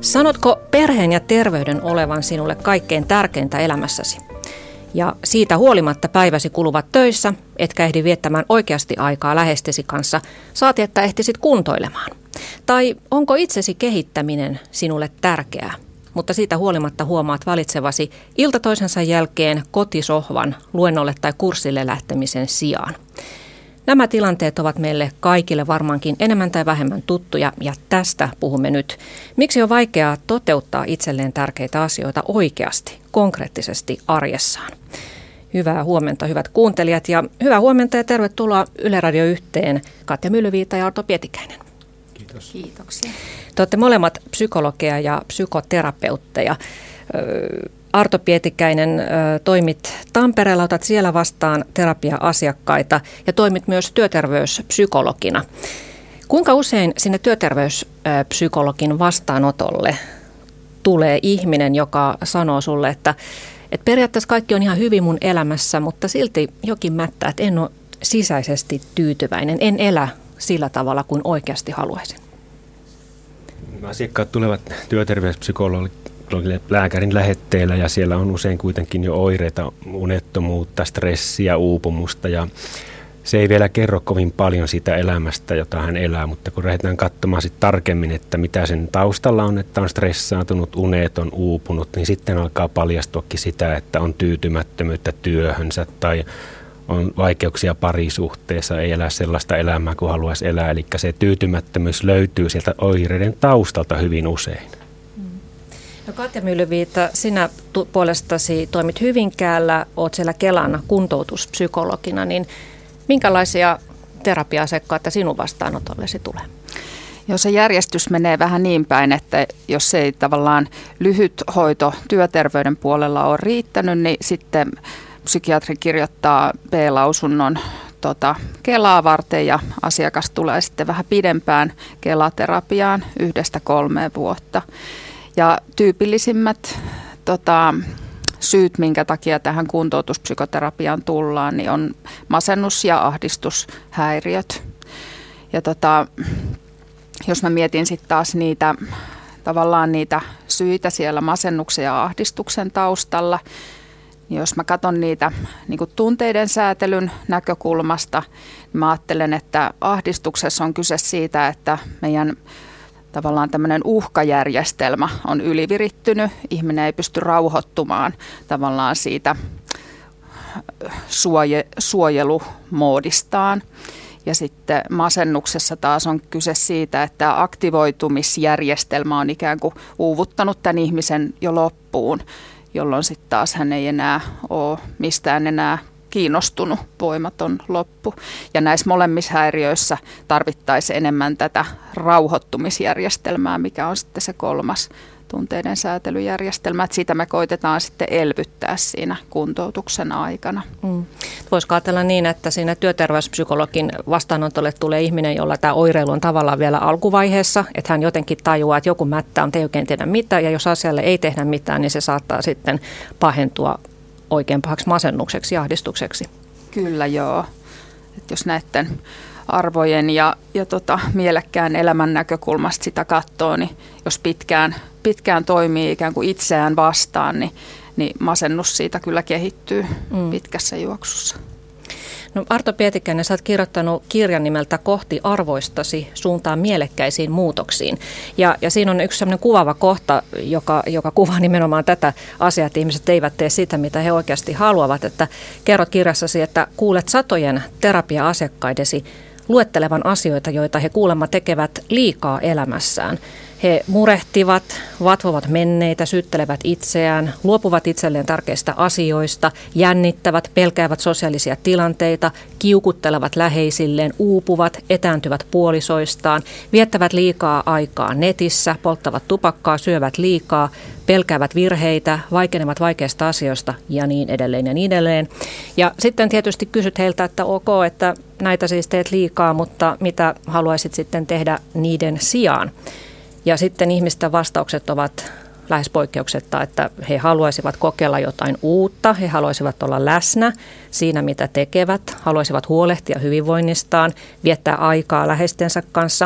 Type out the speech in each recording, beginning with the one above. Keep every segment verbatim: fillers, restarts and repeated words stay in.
Sanotko perheen ja terveyden olevan sinulle kaikkein tärkeintä elämässäsi? Ja siitä huolimatta päiväsi kuluvat töissä, etkä ehdi viettämään oikeasti aikaa läheistesi kanssa, saati että ehtisit kuntoilemaan. Tai onko itsesi kehittäminen sinulle tärkeää, mutta siitä huolimatta huomaat valitsevasi ilta toisensa jälkeen kotisohvan luennolle tai kurssille lähtemisen sijaan. Nämä tilanteet ovat meille kaikille varmaankin enemmän tai vähemmän tuttuja ja tästä puhumme nyt. Miksi on vaikeaa toteuttaa itselleen tärkeitä asioita oikeasti, konkreettisesti arjessaan? Hyvää huomenta hyvät kuuntelijat ja hyvää huomenta ja tervetuloa Yle Radio yhteen Katja Myllyviita ja Arto Pietikäinen. Kiitos. Kiitoksia. Te olette molemmat psykologeja ja psykoterapeutteja. Arto Pietikäinen, toimit Tampereella, otat siellä vastaan terapia-asiakkaita ja toimit myös työterveyspsykologina. Kuinka usein sinne työterveyspsykologin vastaanotolle tulee ihminen, joka sanoo sulle, että, että periaatteessa kaikki on ihan hyvin mun elämässä, mutta silti jokin mättää, että en ole sisäisesti tyytyväinen, en elä sillä tavalla kuin oikeasti haluaisin? Asiakkaat tulevat työterveyspsykologille lääkärin lähetteellä ja siellä on usein kuitenkin jo oireita, unettomuutta, stressiä, uupumusta ja se ei vielä kerro kovin paljon siitä elämästä, jota hän elää, mutta kun lähdetään katsomaan sitten tarkemmin, että mitä sen taustalla on, että on stressaantunut, uneton, uupunut, niin sitten alkaa paljastuakin sitä, että on tyytymättömyyttä työhönsä tai on vaikeuksia parisuhteessa, ei elä sellaista elämää kuin haluaisi elää. Eli se tyytymättömyys löytyy sieltä oireiden taustalta hyvin usein. No Katja Myllyviita, sinä tu- puolestasi toimit Hyvinkäällä, olet siellä Kelan kuntoutuspsykologina, niin minkälaisia terapia-asiakkaita sinun vastaanotollesi tulee? Jos se järjestys menee vähän niin päin, että jos ei tavallaan lyhyt hoito työterveyden puolella ole riittänyt, niin sitten psykiatri kirjoittaa B-lausunnon tota, Kelaa varten ja asiakas tulee sitten vähän pidempään Kelaterapiaan yhdestä kolmeen vuotta. Ja tyypillisimmät tota, syyt, minkä takia tähän kuntoutuspsykoterapiaan tullaan, niin on masennus- ja ahdistushäiriöt. Ja tota, jos mä mietin sitten taas niitä, tavallaan niitä syitä siellä masennuksen ja ahdistuksen taustalla, niin jos mä katson niitä niin kuin tunteiden säätelyn näkökulmasta, niin mä ajattelen, että ahdistuksessa on kyse siitä, että meidän tavallaan tämmöinen uhkajärjestelmä on ylivirittynyt. Ihminen ei pysty rauhoittumaan tavallaan siitä suoje, suojelumoodistaan. Ja sitten masennuksessa taas on kyse siitä, että aktivoitumisjärjestelmä on ikään kuin uuvuttanut tämän ihmisen jo loppuun, jolloin sitten taas hän ei enää ole mistään enää kiinnostunut, voimaton loppu. Ja näissä molemmissa häiriöissä tarvittaisiin enemmän tätä rauhoittumisjärjestelmää, mikä on sitten se kolmas tunteiden säätelyjärjestelmä. Että sitä me koitetaan sitten elvyttää siinä kuntoutuksen aikana. Mm. Voisiko ajatella niin, että siinä työterveyspsykologin vastaanotolle tulee ihminen, jolla tämä oireilu on tavallaan vielä alkuvaiheessa, että hän jotenkin tajuaa, että joku mättä on, te ei oikein tehdä mitään, ja jos asialle ei tehdä mitään, niin se saattaa sitten pahentua oikein pahaksi masennukseksi ja ahdistukseksi. Kyllä joo. Et jos näiden arvojen ja, ja tota, mielekkään elämän näkökulmasta sitä katsoo, niin jos pitkään, pitkään toimii ikään kuin itseään vastaan, niin, niin masennus siitä kyllä kehittyy mm. pitkässä juoksussa. No Arto Pietikäinen, sä oot kirjoittanut kirjan nimeltä Kohti arvoistasi suuntaan mielekkäisiin muutoksiin. Ja, ja siinä on yksi sellainen kuvaava kohta, joka, joka kuvaa nimenomaan tätä asiaa, että ihmiset eivät tee sitä, mitä he oikeasti haluavat. Että kerrot kirjassasi, että kuulet satojen terapia-asiakkaidesi luettelevan asioita, joita he kuulemma tekevät liikaa elämässään. He murehtivat, vatvovat menneitä, syyttelevät itseään, luopuvat itselleen tärkeistä asioista, jännittävät, pelkäävät sosiaalisia tilanteita, kiukuttelevat läheisilleen, uupuvat, etääntyvät puolisoistaan, viettävät liikaa aikaa netissä, polttavat tupakkaa, syövät liikaa, pelkäävät virheitä, vaikenevat vaikeista asioista ja niin edelleen ja niin edelleen. Ja sitten tietysti kysyt heiltä, että ok, että näitä siis teet liikaa, mutta mitä haluaisit sitten tehdä niiden sijaan? Ja sitten ihmisten vastaukset ovat lähes poikkeuksetta, että he haluaisivat kokeilla jotain uutta, he haluaisivat olla läsnä siinä, mitä tekevät, haluaisivat huolehtia hyvinvoinnistaan, viettää aikaa läheistensä kanssa,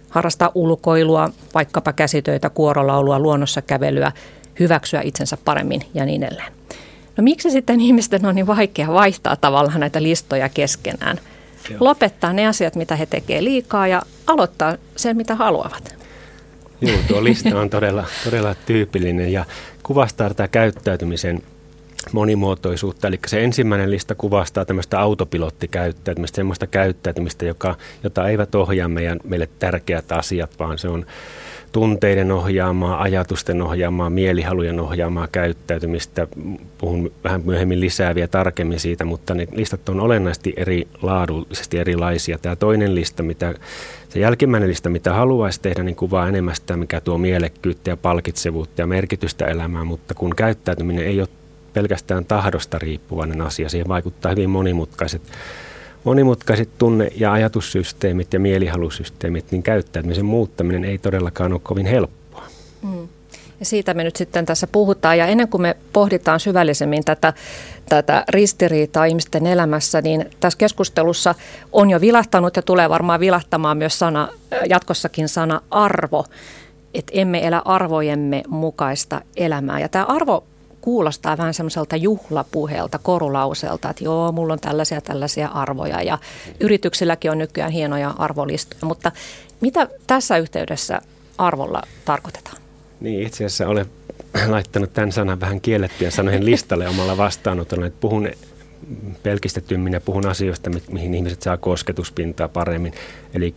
harrastaa ulkoilua, vaikkapa käsitöitä, kuorolaulua, luonnossa kävelyä, hyväksyä itsensä paremmin ja niin edelleen. No miksi sitten ihmisten on niin vaikea vaihtaa tavallaan näitä listoja keskenään? Joo. Lopettaa ne asiat, mitä he tekevät liikaa ja aloittaa sen, mitä haluavat. Joo, tuo lista on todella, todella tyypillinen ja kuvastaa tätä käyttäytymisen monimuotoisuutta. Eli se ensimmäinen lista kuvastaa tämmöistä autopilottikäyttäytymistä, semmoista käyttäytymistä, joka, jota eivät ohjaa meidän, meille tärkeät asiat, vaan se on tunteiden ohjaamaa, ajatusten ohjaamaa, mielihalujen ohjaamaa käyttäytymistä. Puhun vähän myöhemmin lisää vielä tarkemmin siitä, mutta ne listat on olennaisesti eri laadullisesti erilaisia. Tämä toinen lista, mitä, se jälkimmäinen lista, mitä haluaisi tehdä, niin kuvaa enemmän sitä, mikä tuo mielekkyyttä ja palkitsevuutta ja merkitystä elämään, mutta kun käyttäytyminen ei ole pelkästään tahdosta riippuvainen asia, siihen vaikuttaa hyvin monimutkaiset Monimutkaiset tunne- ja ajatussysteemit ja mielihalusysteemit, niin käyttäytymisen muuttaminen ei todellakaan ole kovin helppoa. Mm. Ja siitä me nyt sitten tässä puhutaan. Ja ennen kuin me pohditaan syvällisemmin tätä, tätä ristiriitaa ihmisten elämässä, niin tässä keskustelussa on jo vilahtanut ja tulee varmaan vilahtamaan myös sana, jatkossakin sana arvo. Että emme elä arvojemme mukaista elämää. Ja tämä arvo kuulostaa vähän semmoiselta juhlapuheelta, korulauseelta, että joo, mulla on tällaisia tällaisia arvoja ja yrityksilläkin on nykyään hienoja arvolistoja, mutta mitä tässä yhteydessä arvolla tarkoitetaan? Niin, itse asiassa olen laittanut tämän sanan vähän kiellettyjen sanojen listalle omalla vastaanotolla, että puhun pelkistetymmin ja puhun asioista, mihin ihmiset saa kosketuspintaa paremmin. Eli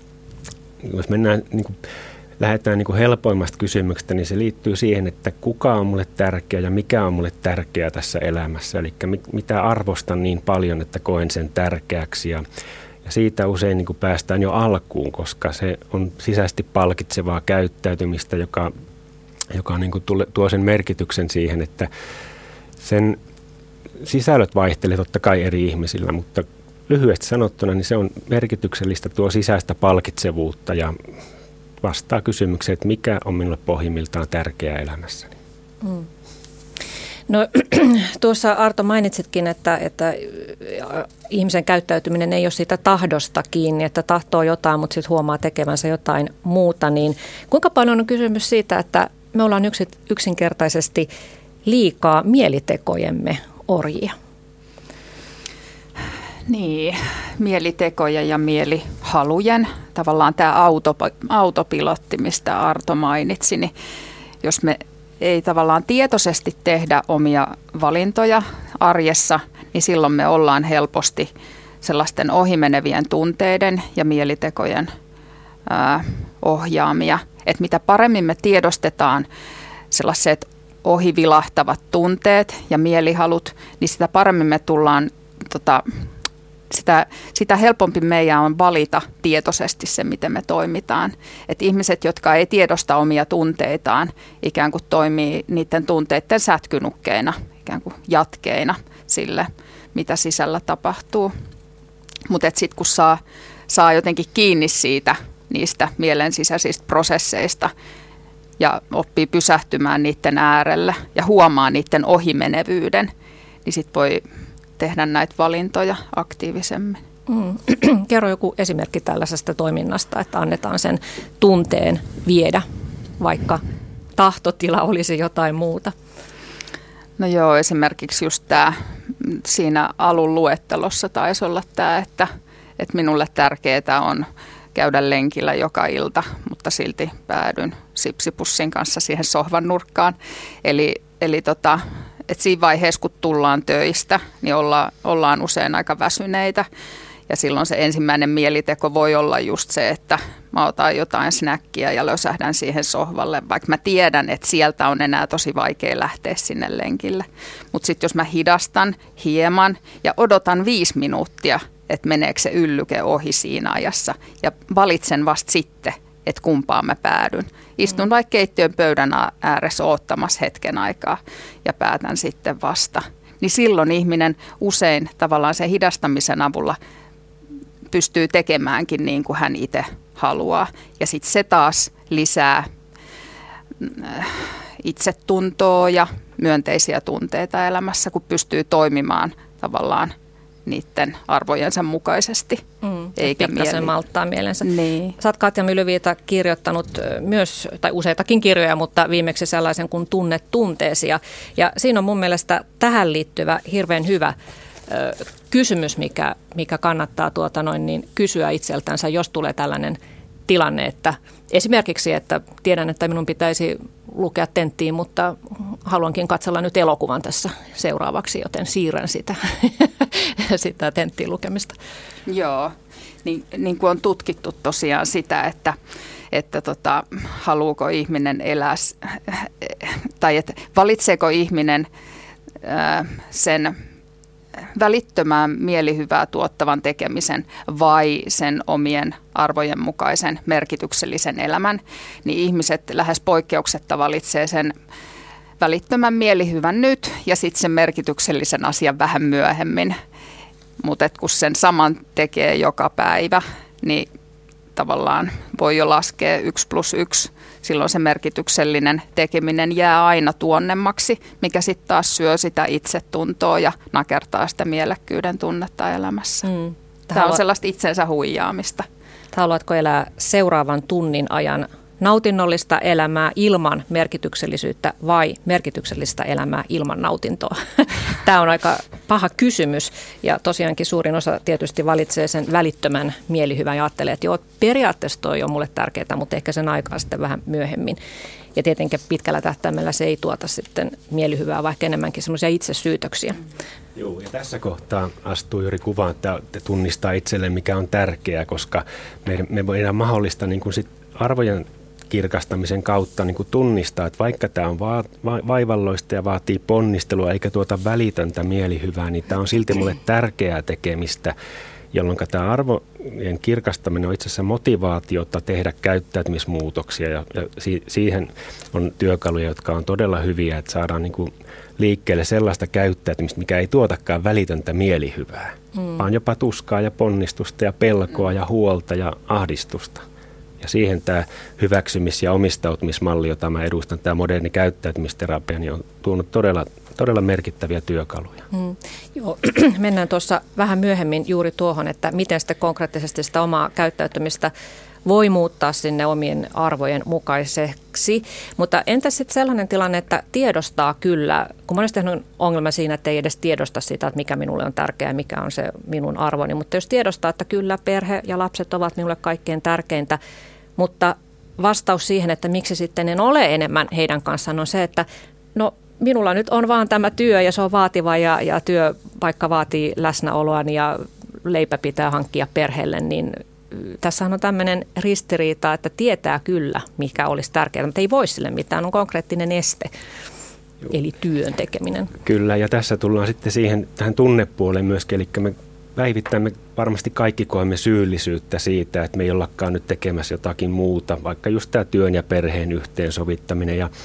jos mennään niin kuin lähdetään niin kuin helpoimmasta kysymyksestä, niin se liittyy siihen, että kuka on mulle tärkeä ja mikä on mulle tärkeää tässä elämässä. Eli mitä arvostan niin paljon, että koen sen tärkeäksi. Ja, ja siitä usein niin kuin päästään jo alkuun, koska se on sisäisesti palkitsevaa käyttäytymistä, joka, joka niin kuin tule, tuo sen merkityksen siihen, että sen sisällöt vaihtelee totta kai eri ihmisillä, mutta lyhyesti sanottuna niin se on merkityksellistä, tuo sisäistä palkitsevuutta ja vastaa kysymykseen, että mikä on minulle pohjimmiltaan tärkeää elämässäni. Mm. No tuossa Arto mainitsitkin, että, että ihmisen käyttäytyminen ei ole siitä tahdosta kiinni, että tahtoo jotain, mutta sitten huomaa tekevänsä jotain muuta. Niin kuinka paljon on kysymys siitä, että me ollaan yksinkertaisesti liikaa mielitekojemme orjia? Niin, mielitekoja ja mielihalujen. Tavallaan tämä autop- autopilotti, mistä Arto mainitsi, niin jos me ei tavallaan tietoisesti tehdä omia valintoja arjessa, niin silloin me ollaan helposti sellaisten ohimenevien tunteiden ja mielitekojen ää, ohjaamia. Et mitä paremmin me tiedostetaan sellaiset ohivilahtavat tunteet ja mielihalut, niin sitä paremmin me tullaan tota, Sitä, sitä helpompi meidän on valita tietoisesti se, miten me toimitaan. Et ihmiset, jotka ei tiedosta omia tunteitaan, ikään kuin toimii niiden tunteiden sätkynukkeina, ikään kuin jatkeina sille, mitä sisällä tapahtuu. Mutta sitten kun saa, saa jotenkin kiinni siitä, niistä mielen sisäisistä prosesseista ja oppii pysähtymään niiden äärelle ja huomaa niiden ohimenevyyden, niin sitten voi tehdä näitä valintoja aktiivisemmin. Mm. Kerro joku esimerkki tällaisesta toiminnasta, että annetaan sen tunteen viedä, vaikka tahtotila olisi jotain muuta. No joo, esimerkiksi just tämä siinä alun luettelossa taisi olla tämä, että, että minulle tärkeää on käydä lenkillä joka ilta, mutta silti päädyn sipsipussin kanssa siihen sohvan nurkkaan. Eli, eli tota... että siinä vaiheessa, kun tullaan töistä, niin olla, ollaan usein aika väsyneitä. Ja silloin se ensimmäinen mieliteko voi olla just se, että mä otan jotain snäkkiä ja lösähdän siihen sohvalle, vaikka mä tiedän, että sieltä on enää tosi vaikea lähteä sinne lenkille. Mutta sitten jos mä hidastan hieman ja odotan viisi minuuttia, että meneekö se yllyke ohi siinä ajassa ja valitsen vasta sitten, että kumpaan mä päädyn. Istun vaikka keittiön pöydän ääressä oottamassa hetken aikaa ja päätän sitten vasta. Niin silloin ihminen usein tavallaan sen hidastamisen avulla pystyy tekemäänkin niin kuin hän itse haluaa. Ja sitten se taas lisää itsetuntoa ja myönteisiä tunteita elämässä, kun pystyy toimimaan tavallaan niiden arvojensa mukaisesti, mm, eikä pikkasen malttaa mielensä. Niin. Sä oot Katja Myllyviita kirjoittanut myös, tai useitakin kirjoja, mutta viimeksi sellaisen kuin Tunne tunteesi. Ja, ja siinä on mun mielestä tähän liittyvä hirveän hyvä ö, kysymys, mikä, mikä kannattaa tuota noin, niin kysyä itseltänsä, jos tulee tällainen tilanne, että esimerkiksi, että tiedän, että minun pitäisi lukea tenttiin, mutta haluankin katsella nyt elokuvan tässä seuraavaksi, joten siirrän sitä, sitä tenttiin lukemista. Joo, niin, niin kuin on tutkittu tosiaan sitä, että, että tota, haluuko ihminen elää, tai että valitseeko ihminen ää, sen välittömään mielihyvää tuottavan tekemisen vai sen omien arvojen mukaisen merkityksellisen elämän, niin ihmiset lähes poikkeuksetta valitsee sen välittömän mielihyvän nyt ja sitten sen merkityksellisen asian vähän myöhemmin. Mutta kun sen saman tekee joka päivä, niin tavallaan voi jo laskea yksi plus yksi. Silloin se merkityksellinen tekeminen jää aina tuonnemmaksi, mikä sitten taas syö sitä itsetuntoa ja nakertaa sitä mielekkyyden tunnetta elämässä. Mm. Tämä on sellaista itsensä huijaamista. Haluatko elää seuraavan tunnin ajan nautinnollista elämää ilman merkityksellisyyttä vai merkityksellistä elämää ilman nautintoa? Tämä on aika paha kysymys ja tosiaankin suurin osa tietysti valitsee sen välittömän mielihyvän ja ajattelee, että joo, periaatteessa toi on mulle tärkeää, mutta ehkä sen aikaa sitten vähän myöhemmin. Ja tietenkin pitkällä tähtäimellä se ei tuota sitten mielihyvää, vaikka enemmänkin semmoisia itsesyytöksiä. Joo, ja tässä kohtaa astuu juuri kuvaan, että tunnistaa itselleen, mikä on tärkeää, koska me, me voidaan mahdollista niin kuin sit arvojen kirkastamisen kautta niin kuin tunnistaa, että vaikka tämä on va- va- vaivalloista ja vaatii ponnistelua eikä tuota välitöntä mielihyvää, niin tämä on silti mulle tärkeää tekemistä, jolloin tämä arvojen kirkastaminen on itse asiassa motivaatiota tehdä käyttäytymismuutoksia ja, ja si- siihen on työkaluja, jotka on todella hyviä, että saadaan niin kuin liikkeelle sellaista käyttäytymistä, mikä ei tuotakaan välitöntä mielihyvää, mm. vaan jopa tuskaa ja ponnistusta ja pelkoa ja huolta ja ahdistusta. Ja siihen tämä hyväksymis- ja omistautumismalli, jota mä edustan, tämä moderni käyttäytymisterapia, niin on tuonut todella, todella merkittäviä työkaluja. Mm. Joo, mennään tuossa vähän myöhemmin juuri tuohon, että miten sitten konkreettisesti sitä omaa käyttäytymistä voi muuttaa sinne omien arvojen mukaiseksi. Mutta entäs sitten sellainen tilanne, että tiedostaa kyllä, kun monesti on ongelma siinä, että ei edes tiedosta sitä, että mikä minulle on tärkeää, mikä on se minun arvoni. Mutta jos tiedostaa, että kyllä perhe ja lapset ovat minulle kaikkein tärkeintä, mutta vastaus siihen, että miksi sitten en ole enemmän heidän kanssaan, on se, että no minulla nyt on vaan tämä työ ja se on vaativa ja, ja työ vaikka vaatii läsnäoloani ja leipä pitää hankkia perheelle, niin tässä on tämmöinen ristiriita, että tietää kyllä, mikä olisi tärkeää, mutta ei voi sille mitään, on konkreettinen este, Joo. eli työn tekeminen. Kyllä, ja tässä tullaan sitten siihen tähän tunnepuoleen myöskin, eli me päivittäin me varmasti kaikki koemme syyllisyyttä siitä, että me ei ollakaan nyt tekemässä jotakin muuta, vaikka just tämä työn ja perheen yhteensovittaminen. Ja,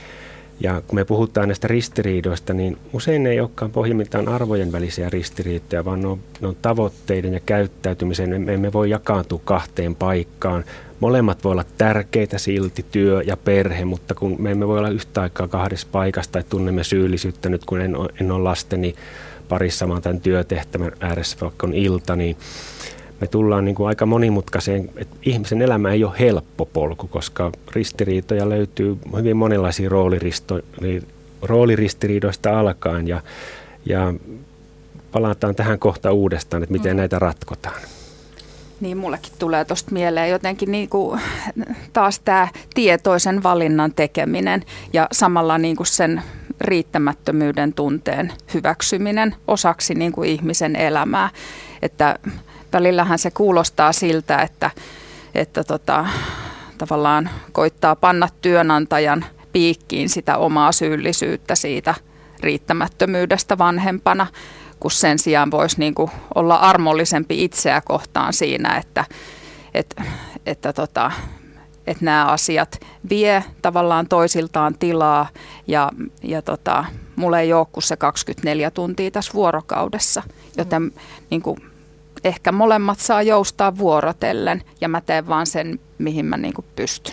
ja kun me puhutaan näistä ristiriidoista, niin usein ne ei olekaan pohjimmiltaan arvojen välisiä ristiriitoja, vaan ne on, ne on tavoitteiden ja käyttäytymisen. Me emme voi jakaantua kahteen paikkaan. Molemmat voi olla tärkeitä silti, työ ja perhe, mutta kun me emme voi olla yhtä aikaa kahdessa paikassa tai tunnemme syyllisyyttä nyt, kun en, en ole lasteni parissa, mä oon tämän työtehtävän ääressä, vaikka on ilta, niin me tullaan niin kuin aika monimutkaiseen, että ihmisen elämä ei ole helppo polku, koska ristiriitoja löytyy hyvin monenlaisia rooliristo, rooliristiriidoista alkaen ja, ja palataan tähän kohta uudestaan, että miten mm. näitä ratkotaan. Niin, mullekin tulee tuosta mieleen jotenkin niin kuin taas tämä tietoisen valinnan tekeminen ja samalla niin kuin sen riittämättömyyden tunteen hyväksyminen osaksi niin kuin ihmisen elämää. Että välillähän se kuulostaa siltä, että, että tota, tavallaan koittaa panna työnantajan piikkiin sitä omaa syyllisyyttä siitä riittämättömyydestä vanhempana, kun sen sijaan voisi niin kuin olla armollisempi itseä kohtaan siinä, että, että, että, tota, että nämä asiat vie tavallaan toisiltaan tilaa ja, ja tota, mulla ei ole kuin se kaksikymmentäneljä tuntia tässä vuorokaudessa, joten mm. niin kuin, ehkä molemmat saa joustaa vuorotellen ja mä teen vaan sen, mihin mä niin kuin pystyn.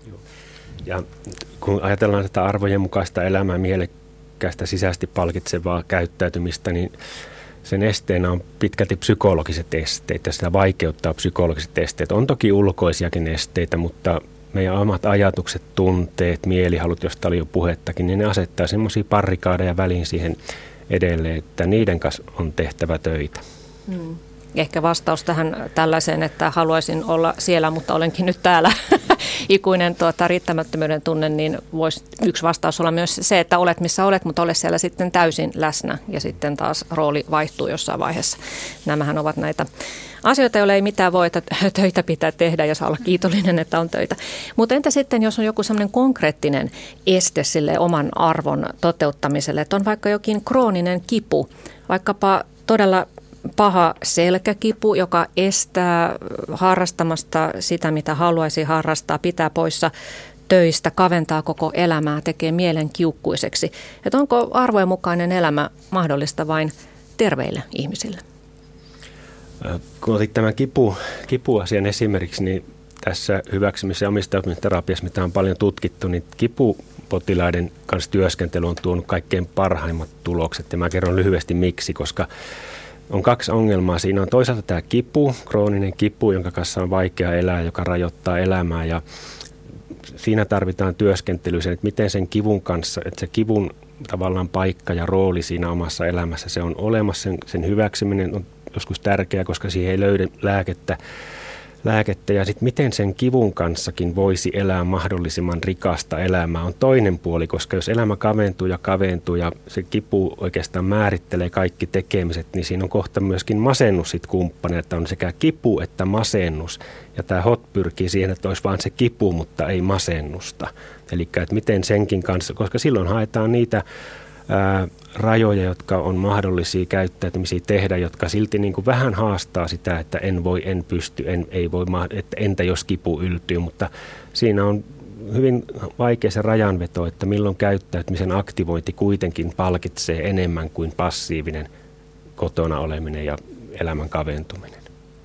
Ja kun ajatellaan tätä arvojen mukaista elämää, mielekkäistä sisäisesti palkitsevaa käyttäytymistä, niin sen esteenä on pitkälti psykologiset esteet ja sitä vaikeuttaa psykologiset esteet. On toki ulkoisiakin esteitä, mutta meidän omat ajatukset, tunteet, mielihalut, josta oli jo puhettakin, niin ne asettaa semmoisia parrikaadeja väliin siihen edelleen, että niiden kanssa on tehtävä töitä. Hmm. Ehkä vastaus tähän tällaiseen, että haluaisin olla siellä, mutta olenkin nyt täällä, ikuinen tuota, riittämättömyyden tunne, niin voisi yksi vastaus olla myös se, että olet missä olet, mutta ole siellä sitten täysin läsnä ja sitten taas rooli vaihtuu jossain vaiheessa. Nämähän ovat näitä asioita, joille ei mitään voi, että töitä pitää tehdä ja saa olla kiitollinen, että on töitä. Mutta entä sitten, jos on joku sellainen konkreettinen este sille oman arvon toteuttamiselle, että on vaikka jokin krooninen kipu, vaikkapa todella paha selkäkipu, joka estää harrastamasta sitä, mitä haluaisi harrastaa, pitää poissa töistä, kaventaa koko elämää, tekee mielen kiukkuiseksi. Että onko arvojen mukainen elämä mahdollista vain terveille ihmisille? Kun otit tämän kipu, kipuasian esimerkiksi, niin tässä hyväksymis- ja omistautumisterapiassa, mitä on paljon tutkittu, niin kipupotilaiden kanssa työskentely on tuonut kaikkein parhaimmat tulokset. Ja mä kerron lyhyesti miksi, koska on kaksi ongelmaa. Siinä on toisaalta tämä kipu, krooninen kipu, jonka kanssa on vaikea elää, joka rajoittaa elämää. Ja siinä tarvitaan työskentelyä sen, että miten sen kivun kanssa, että se kivun tavallaan paikka ja rooli siinä omassa elämässä, se on olemassa. Sen, sen hyväksyminen on joskus tärkeää, koska siihen ei löydy lääkettä. lääkettä. Ja sitten miten sen kivun kanssakin voisi elää mahdollisimman rikasta elämää on toinen puoli, koska jos elämä kaventuu ja kaventuu ja se kipu oikeastaan määrittelee kaikki tekemiset, niin siinä on kohta myöskin masennus sit kumppani, että on sekä kipu että masennus. Ja tämä hot pyrkii siihen, että olisi vain se kipu, mutta ei masennusta. Eli että miten senkin kanssa, koska silloin haetaan niitä ää, rajoja, jotka on mahdollisia käyttäytymisiä tehdä, jotka silti niin kuin vähän haastaa sitä, että en voi, en pysty, en, ei voi, että entä jos kipu yltyy, mutta siinä on hyvin vaikea se rajanveto, että milloin käyttäytymisen aktivointi kuitenkin palkitsee enemmän kuin passiivinen kotona oleminen ja elämän kaventuminen.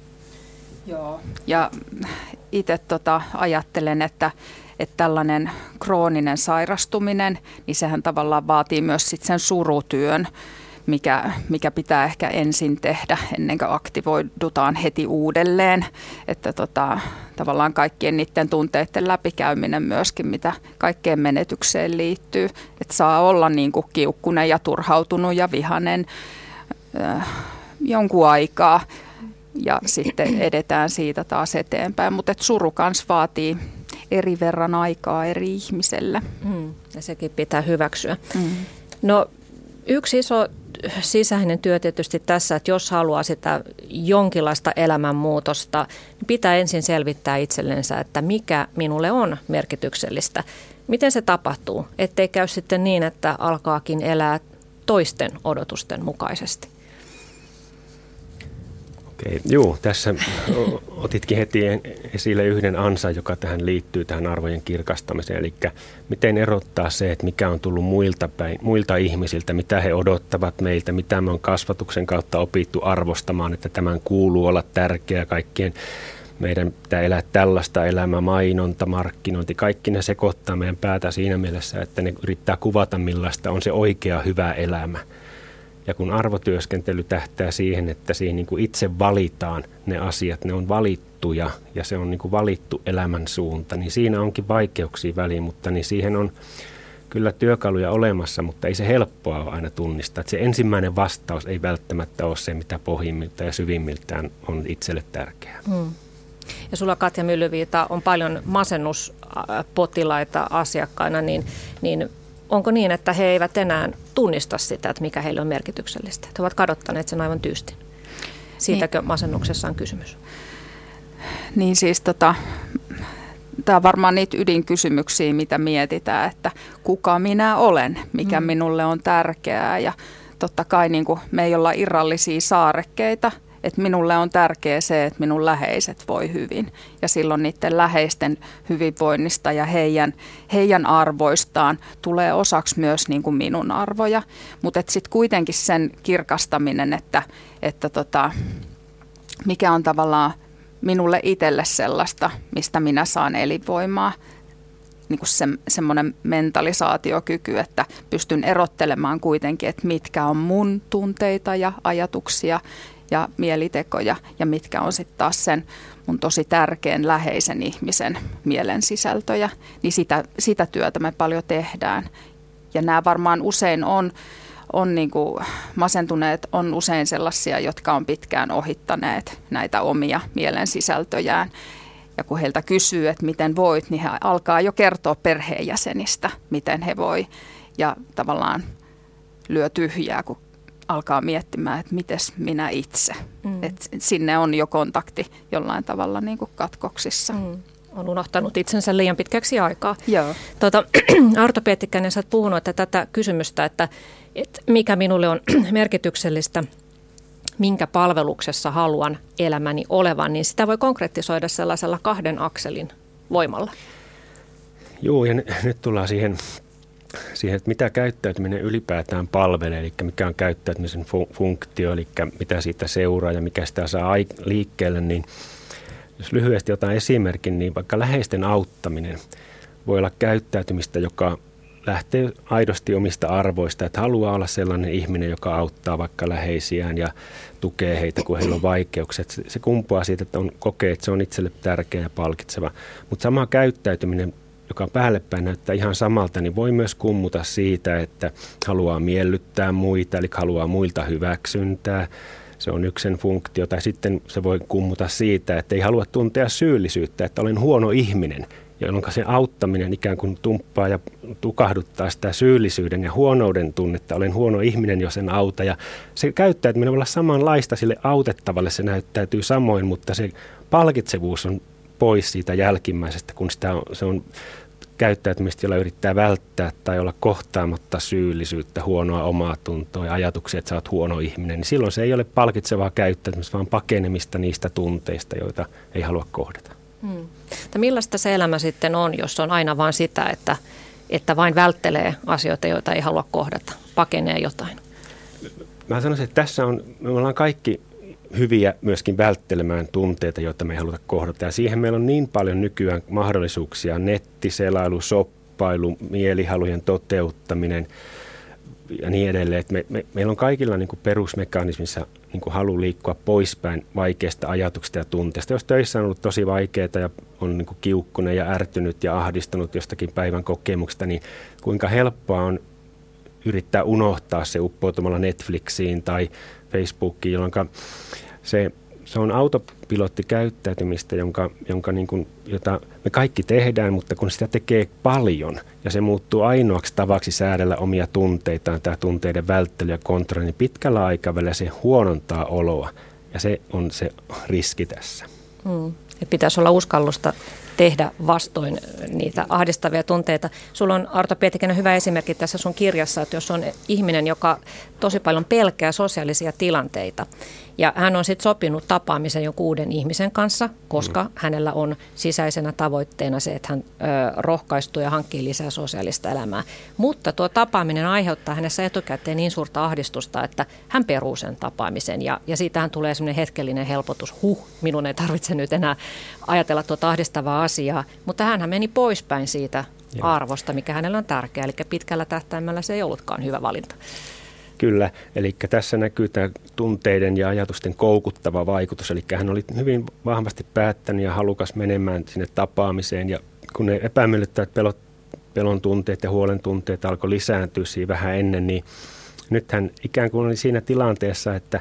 Joo, ja itse tota ajattelen, että että tällainen krooninen sairastuminen, niin sehän tavallaan vaatii myös sit sen surutyön, mikä, mikä pitää ehkä ensin tehdä ennen kuin aktivoidutaan heti uudelleen. Että tota, tavallaan kaikkien niiden tunteiden läpikäyminen myöskin, mitä kaikkeen menetykseen liittyy. Että saa olla niin kuin kiukkunen ja turhautunut ja vihainen äh, jonkun aikaa ja sitten edetään siitä taas eteenpäin. Mutta suru kans vaatii eri verran aikaa eri ihmiselle. Mm, ja sekin pitää hyväksyä. Mm. No yksi iso sisäinen työ tietysti tässä, että jos haluaa sitä jonkinlaista elämänmuutosta, niin pitää ensin selvittää itsellensä, että mikä minulle on merkityksellistä. Miten se tapahtuu, ettei käy sitten niin, että alkaakin elää toisten odotusten mukaisesti. Okei, joo, tässä otitkin heti esille yhden ansan, joka tähän liittyy, tähän arvojen kirkastamiseen. Eli miten erottaa se, että mikä on tullut muilta, päin, muilta ihmisiltä, mitä he odottavat meiltä, mitä me on kasvatuksen kautta opittu arvostamaan, että tämän kuuluu olla tärkeää kaikkien. Meidän pitää elää tällaista elämää, mainonta, markkinointi, kaikki ne sekoittaa meidän päätä siinä mielessä, että ne yrittää kuvata millaista on se oikea hyvä elämä. Ja kun arvotyöskentely tähtää siihen, että siihen niin kuin itse valitaan ne asiat, ne on valittuja ja se on niin kuin valittu elämän suunta, niin siinä onkin vaikeuksia väliin, mutta niin siihen on kyllä työkaluja olemassa, mutta ei se helppoa ole aina tunnistaa. Että se ensimmäinen vastaus ei välttämättä ole se, mitä pohjimmilta ja syvimmiltään on itselle tärkeää. Hmm. Ja sulla, Katja Myllyviita, on paljon masennuspotilaita asiakkaina, niin, niin onko niin, että he eivät enää tunnista sitä, että mikä heille on merkityksellistä? He ovat kadottaneet sen aivan tyystin. Siitäkö niin masennuksessa on kysymys? Niin siis tota, tämä on varmaan niitä ydinkysymyksiä, mitä mietitään, että kuka minä olen, mikä mm. minulle on tärkeää. Ja totta kai niin kuin me ei olla irrallisia saarekkeita, että minulle on tärkeää se, että minun läheiset voi hyvin. Ja silloin niiden läheisten hyvinvoinnista ja heidän, heidän arvoistaan tulee osaksi myös niin kuin minun arvoja. Mutta sitten kuitenkin sen kirkastaminen, että, että tota, mikä on tavallaan minulle itselle sellaista, mistä minä saan elinvoimaa. niin kuin se, semmoinen mentalisaatiokyky, että pystyn erottelemaan kuitenkin, että mitkä on mun tunteita ja ajatuksia ja mielitekoja ja mitkä on sitten taas sen mun tosi tärkeän läheisen ihmisen mielen sisältöjä, niin sitä, sitä työtä me paljon tehdään. Ja nämä varmaan usein on, on niin kuin masentuneet on usein sellaisia, jotka on pitkään ohittaneet näitä omia mielen sisältöjään. Ja kun heiltä kysyy, että miten voit, niin he alkaa jo kertoa perheenjäsenistä, miten he voi. Ja tavallaan lyö tyhjää, kun alkaa miettimään, että mites minä itse. Mm. Et sinne on jo kontakti jollain tavalla niin kuin katkoksissa. Mm. On unohtanut itsensä liian pitkäksi aikaa. Joo. Tuota, Arto Pietikäinen, sä oot puhunut, että tätä kysymystä, että, että mikä minulle on merkityksellistä, minkä palveluksessa haluan elämäni olevan, niin sitä voi konkretisoida sellaisella kahden akselin voimalla. Joo, ja nyt tullaan siihen, siihen, että mitä käyttäytyminen ylipäätään palvelee, eli mikä on käyttäytymisen funktio, eli mitä siitä seuraa ja mikä sitä saa liikkeelle, niin jos lyhyesti otan esimerkin, niin vaikka läheisten auttaminen voi olla käyttäytymistä, joka lähtee aidosti omista arvoista, että haluaa olla sellainen ihminen, joka auttaa vaikka läheisiään ja tukee heitä, kun heillä on vaikeuksia. Se kumpuaa siitä, että on kokee, että se on itselle tärkeä ja palkitseva. Mutta sama käyttäytyminen, joka päällepäin näyttää ihan samalta, niin voi myös kummuta siitä, että haluaa miellyttää muita, eli haluaa muilta hyväksyntää. Se on yksi sen funktio. Tai sitten se voi kummuta siitä, että ei halua tuntea syyllisyyttä, että olen huono ihminen, jolloin sen auttaminen ikään kuin tumppaa ja tukahduttaa sitä syyllisyyden ja huonouden tunnetta. Olen huono ihminen, jos en auta. Ja se käyttäytyminen voi olla samanlaista sille autettavalle, se näyttäytyy samoin, mutta se palkitsevuus on pois siitä jälkimmäisestä, kun sitä on, se on käyttäytymistä, jolla yrittää välttää tai olla kohtaamatta syyllisyyttä, huonoa omaa tuntoa ja ajatuksia, että sä oot huono ihminen, niin silloin se ei ole palkitsevaa käyttäytymistä, vaan pakenemista niistä tunteista, joita ei halua kohdata. Hmm. Millaista se elämä sitten on, jos on aina vain sitä, että, että vain välttelee asioita, joita ei halua kohdata, pakenee jotain? Mä sanoisin, että tässä on, me ollaan kaikki hyviä myöskin välttelemään tunteita, joita me ei haluta kohdata. Ja siihen meillä on niin paljon nykyään mahdollisuuksia, nettiselailu, shoppailu, mielihalujen toteuttaminen ja niin edelleen. Että me, me, meillä on kaikilla niin kuin perusmekanismissa niin kuin halu liikkua poispäin vaikeista ajatuksista ja tunteista. Jos töissä on ollut tosi vaikeaa ja on niin kuin kiukkunen ja ärtynyt ja ahdistunut jostakin päivän kokemuksesta, niin kuinka helppoa on yrittää unohtaa se uppoutumalla Netflixiin tai Facebookiin, jolloin se, se on autopilottikäyttäytymistä, jonka, jonka niin kuin, jota me kaikki tehdään, mutta kun sitä tekee paljon ja se muuttuu ainoaksi tavaksi säädellä omia tunteitaan, tämä tunteiden välttely ja kontrolli, niin pitkällä aikavälillä se huonontaa oloa ja se on se riski tässä. Hmm. Pitäisi olla uskallusta tehdä vastoin niitä ahdistavia tunteita. Sulla on, Arto Pietikäinen, hyvä esimerkki tässä sun kirjassa, että jos on ihminen, joka tosi paljon pelkää sosiaalisia tilanteita, ja hän on sitten sopinut tapaamisen jonkun uuden ihmisen kanssa, koska mm. hänellä on sisäisenä tavoitteena se, että hän ö, rohkaistuu ja hankkii lisää sosiaalista elämää. Mutta tuo tapaaminen aiheuttaa hänessä etukäteen niin suurta ahdistusta, että hän peruu sen tapaamisen. Ja, ja siitähän tulee semmoinen hetkellinen helpotus. Huh, minun ei tarvitse nyt enää ajatella tuota ahdistavaa asiaa. Mutta hänhän meni poispäin siitä Joo. arvosta, mikä hänellä on tärkeää. Eli pitkällä tähtäimellä se ei ollutkaan hyvä valinta. Kyllä, eli tässä näkyy tämä tunteiden ja ajatusten koukuttava vaikutus, eli hän oli hyvin vahvasti päättänyt ja halukas menemään sinne tapaamiseen, ja kun ne epämiellyttävät pelot, pelon tunteet ja huolen tunteet alkoi lisääntyä siinä vähän ennen, niin nyt hän ikään kuin oli siinä tilanteessa, että,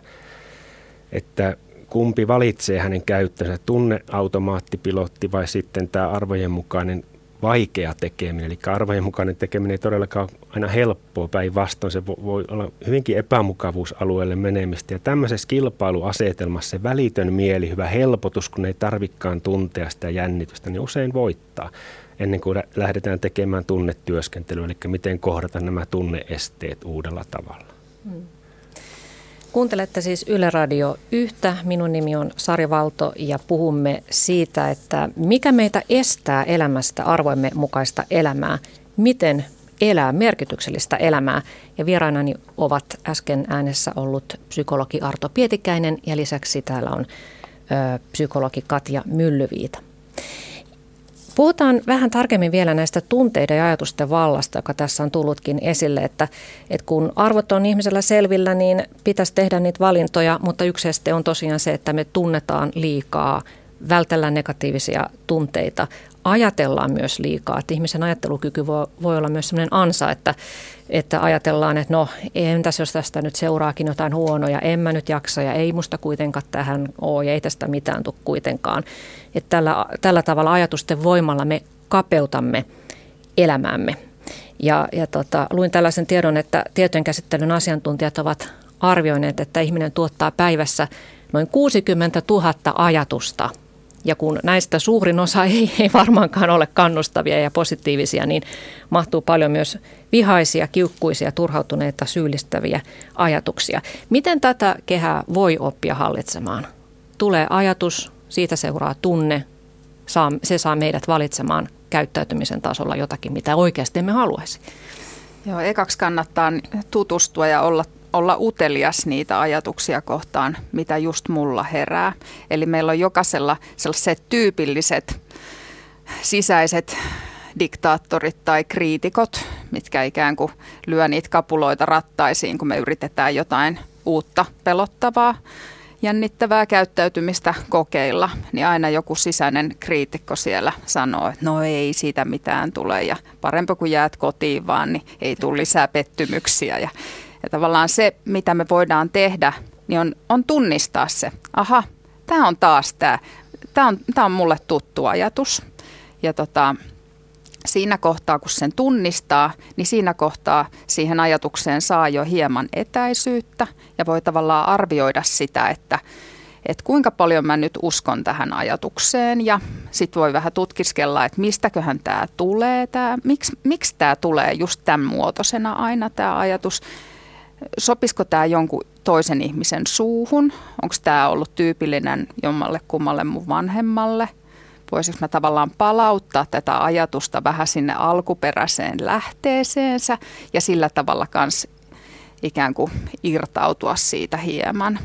että kumpi valitsee hänen käyttönsä, tunneautomaattipilotti vai sitten tämä arvojen mukainen vaikea tekeminen, eli arvojen mukainen tekeminen ei todellakaan aina helppoa, päinvastoin se voi olla hyvinkin epämukavuusalueelle menemistä. Ja tämmöisessä kilpailuasetelmassa se välitön mieli, hyvä helpotus, kun ei tarvikaan tuntea sitä jännitystä, niin usein voittaa ennen kuin lähdetään tekemään tunnetyöskentelyä, eli miten kohdata nämä tunneesteet uudella tavalla. Hmm. Kuuntelette siis Yle Radio yhtä. Minun nimi on Sari Valto ja puhumme siitä, että mikä meitä estää elämästä arvoimme mukaista elämää, miten elää merkityksellistä elämää. Ja vierainani ovat äsken äänessä ollut psykologi Arto Pietikäinen ja lisäksi täällä on ö, psykologi Katja Myllyviita. Puhutaan vähän tarkemmin vielä näistä tunteiden ja ajatusten vallasta, joka tässä on tullutkin esille, että, että kun arvot on ihmisellä selvillä, niin pitäisi tehdä niitä valintoja, mutta yksi este on tosiaan se, että me tunnetaan liikaa, vältellään negatiivisia tunteita, ajatellaan myös liikaa, että ihmisen ajattelukyky voi, voi olla myös sellainen ansa, että, että ajatellaan, että no entäs jos tästä nyt seuraakin jotain huonoja, en mä nyt jaksa ja ei musta kuitenkaan tähän ole ja ei tästä mitään tule kuitenkaan. Että tällä, tällä tavalla ajatusten voimalla me kapeutamme elämäämme. Ja, ja tota, luin tällaisen tiedon, että tietojenkäsittelyn asiantuntijat ovat arvioineet, että ihminen tuottaa päivässä noin kuusikymmentätuhatta ajatusta. Ja kun näistä suurin osa ei, ei varmaankaan ole kannustavia ja positiivisia, niin mahtuu paljon myös vihaisia, kiukkuisia, turhautuneita, syyllistäviä ajatuksia. Miten tätä kehää voi oppia hallitsemaan? Tulee ajatus, siitä seuraa tunne, saa, se saa meidät valitsemaan käyttäytymisen tasolla jotakin, mitä oikeasti emme haluaisi. Joo, ekaksi kannattaa tutustua ja olla olla utelias niitä ajatuksia kohtaan, mitä just mulla herää. Eli meillä on jokaisella sellaiset tyypilliset sisäiset diktaattorit tai kriitikot, mitkä ikään kuin lyö niitä kapuloita rattaisiin, kun me yritetään jotain uutta pelottavaa, jännittävää käyttäytymistä kokeilla. Niin aina joku sisäinen kriitikko siellä sanoo, että no ei siitä mitään tule ja parempi kun jäät kotiin vaan, niin ei tule lisää pettymyksiä ja Ja tavallaan se, mitä me voidaan tehdä, niin on, on tunnistaa se. Aha, tämä on taas tämä. Tämä on, tämä on mulle tuttu ajatus. Ja tota, siinä kohtaa, kun sen tunnistaa, niin siinä kohtaa siihen ajatukseen saa jo hieman etäisyyttä. Ja voi tavallaan arvioida sitä, että, että kuinka paljon mä nyt uskon tähän ajatukseen. Ja sitten voi vähän tutkiskella, että mistäköhän tämä tulee. Tämä, miksi, miksi tämä tulee just tämän muotoisena aina tämä ajatus. Sopisiko tämä jonkun toisen ihmisen suuhun? Onko tämä ollut tyypillinen jommalle kummalle mun vanhemmalle? Voisinko mä tavallaan palauttaa tätä ajatusta vähän sinne alkuperäiseen lähteeseensä ja sillä tavalla kans ikään kuin irtautua siitä hieman.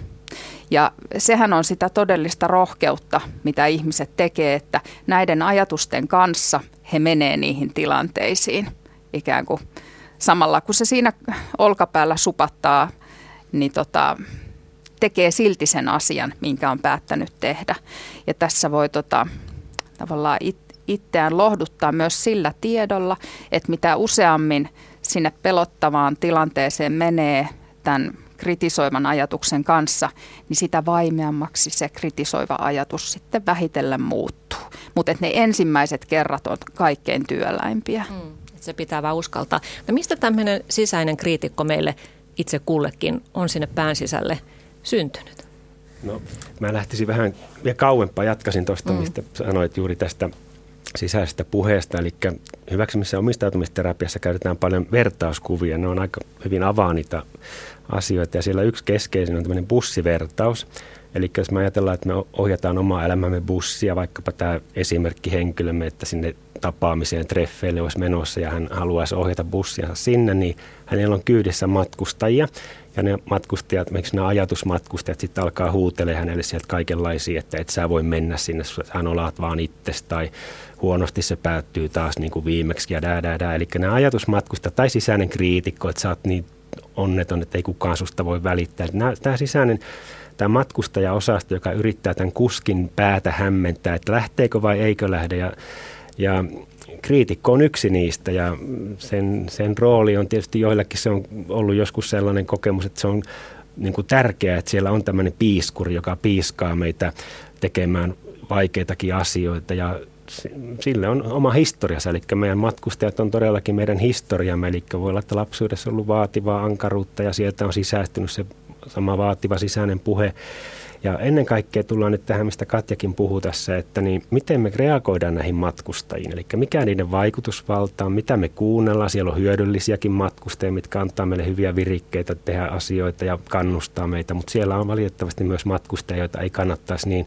Ja sehän on sitä todellista rohkeutta, mitä ihmiset tekee, että näiden ajatusten kanssa he menee niihin tilanteisiin ikään kuin. Samalla kun se siinä olkapäällä supattaa, niin tota, tekee silti sen asian, minkä on päättänyt tehdä. Ja tässä voi tota, tavallaan it, itseään lohduttaa myös sillä tiedolla, että mitä useammin sinne pelottavaan tilanteeseen menee tämän kritisoivan ajatuksen kanssa, niin sitä vaimeammaksi se kritisoiva ajatus sitten vähitellen muuttuu. Mutta ne ensimmäiset kerrat on kaikkein työläimpiä. Mm. Se pitää vaan uskaltaa. No mistä tämmöinen sisäinen kriitikko meille itse kullekin on sinne pään sisälle syntynyt? No mä lähtisin vähän vielä kauempaa, jatkaisin tuosta, mm. mistä sanoit juuri tästä sisäisestä puheesta. Eli hyväksymis- ja omistautumisterapiassa käytetään paljon vertauskuvia. Ne on aika hyvin avaa niitä asioita ja siellä yksi keskeisin on tämmöinen bussivertaus. Eli jos me ajatellaan, että me ohjataan omaa elämämme bussia, vaikkapa tämä esimerkkihenkilömme, että sinne tapaamiseen, treffeille olisi menossa ja hän haluaisi ohjata bussiansa sinne, niin hänellä on kyydissä matkustajia. Ja ne matkustajat, miksi nämä ajatusmatkustajat sitten alkaa huutelemaan hänelle sieltä kaikenlaisia, että et sä voi mennä sinne, hän olaat vaan itsesi tai huonosti se päättyy taas niin kuin viimeksi ja dää, dää, dää. Eli nämä ajatusmatkustajat tai sisäinen kriitikko, että sä oot niin onneton, että ei kukaan susta voi välittää. Nämä, tämä sisäinen tämä matkustajaosasto, joka yrittää tämän kuskin päätä hämmentää, että lähteekö vai eikö lähde. Ja, ja kriitikko on yksi niistä ja sen, sen rooli on tietysti joillakin se on ollut joskus sellainen kokemus, että se on niin kuin tärkeää, että siellä on tämmöinen piiskuri, joka piiskaa meitä tekemään vaikeitakin asioita ja sille on oma historiansa, eli meidän matkustajat on todellakin meidän historiamme, eli voi olla, että lapsuudessa on ollut vaativaa ankaruutta ja sieltä on sisäistynyt se sama vaativa sisäinen puhe. Ja ennen kaikkea tullaan nyt tähän, mistä Katjakin puhuu tässä, että niin miten me reagoidaan näihin matkustajiin, eli mikä niiden vaikutusvalta on, mitä me kuunnellaan, siellä on hyödyllisiäkin matkustajia, mitkä antaa meille hyviä virikkeitä tehdä asioita ja kannustaa meitä, mutta siellä on valitettavasti myös matkustajia, joita ei kannattaisi niin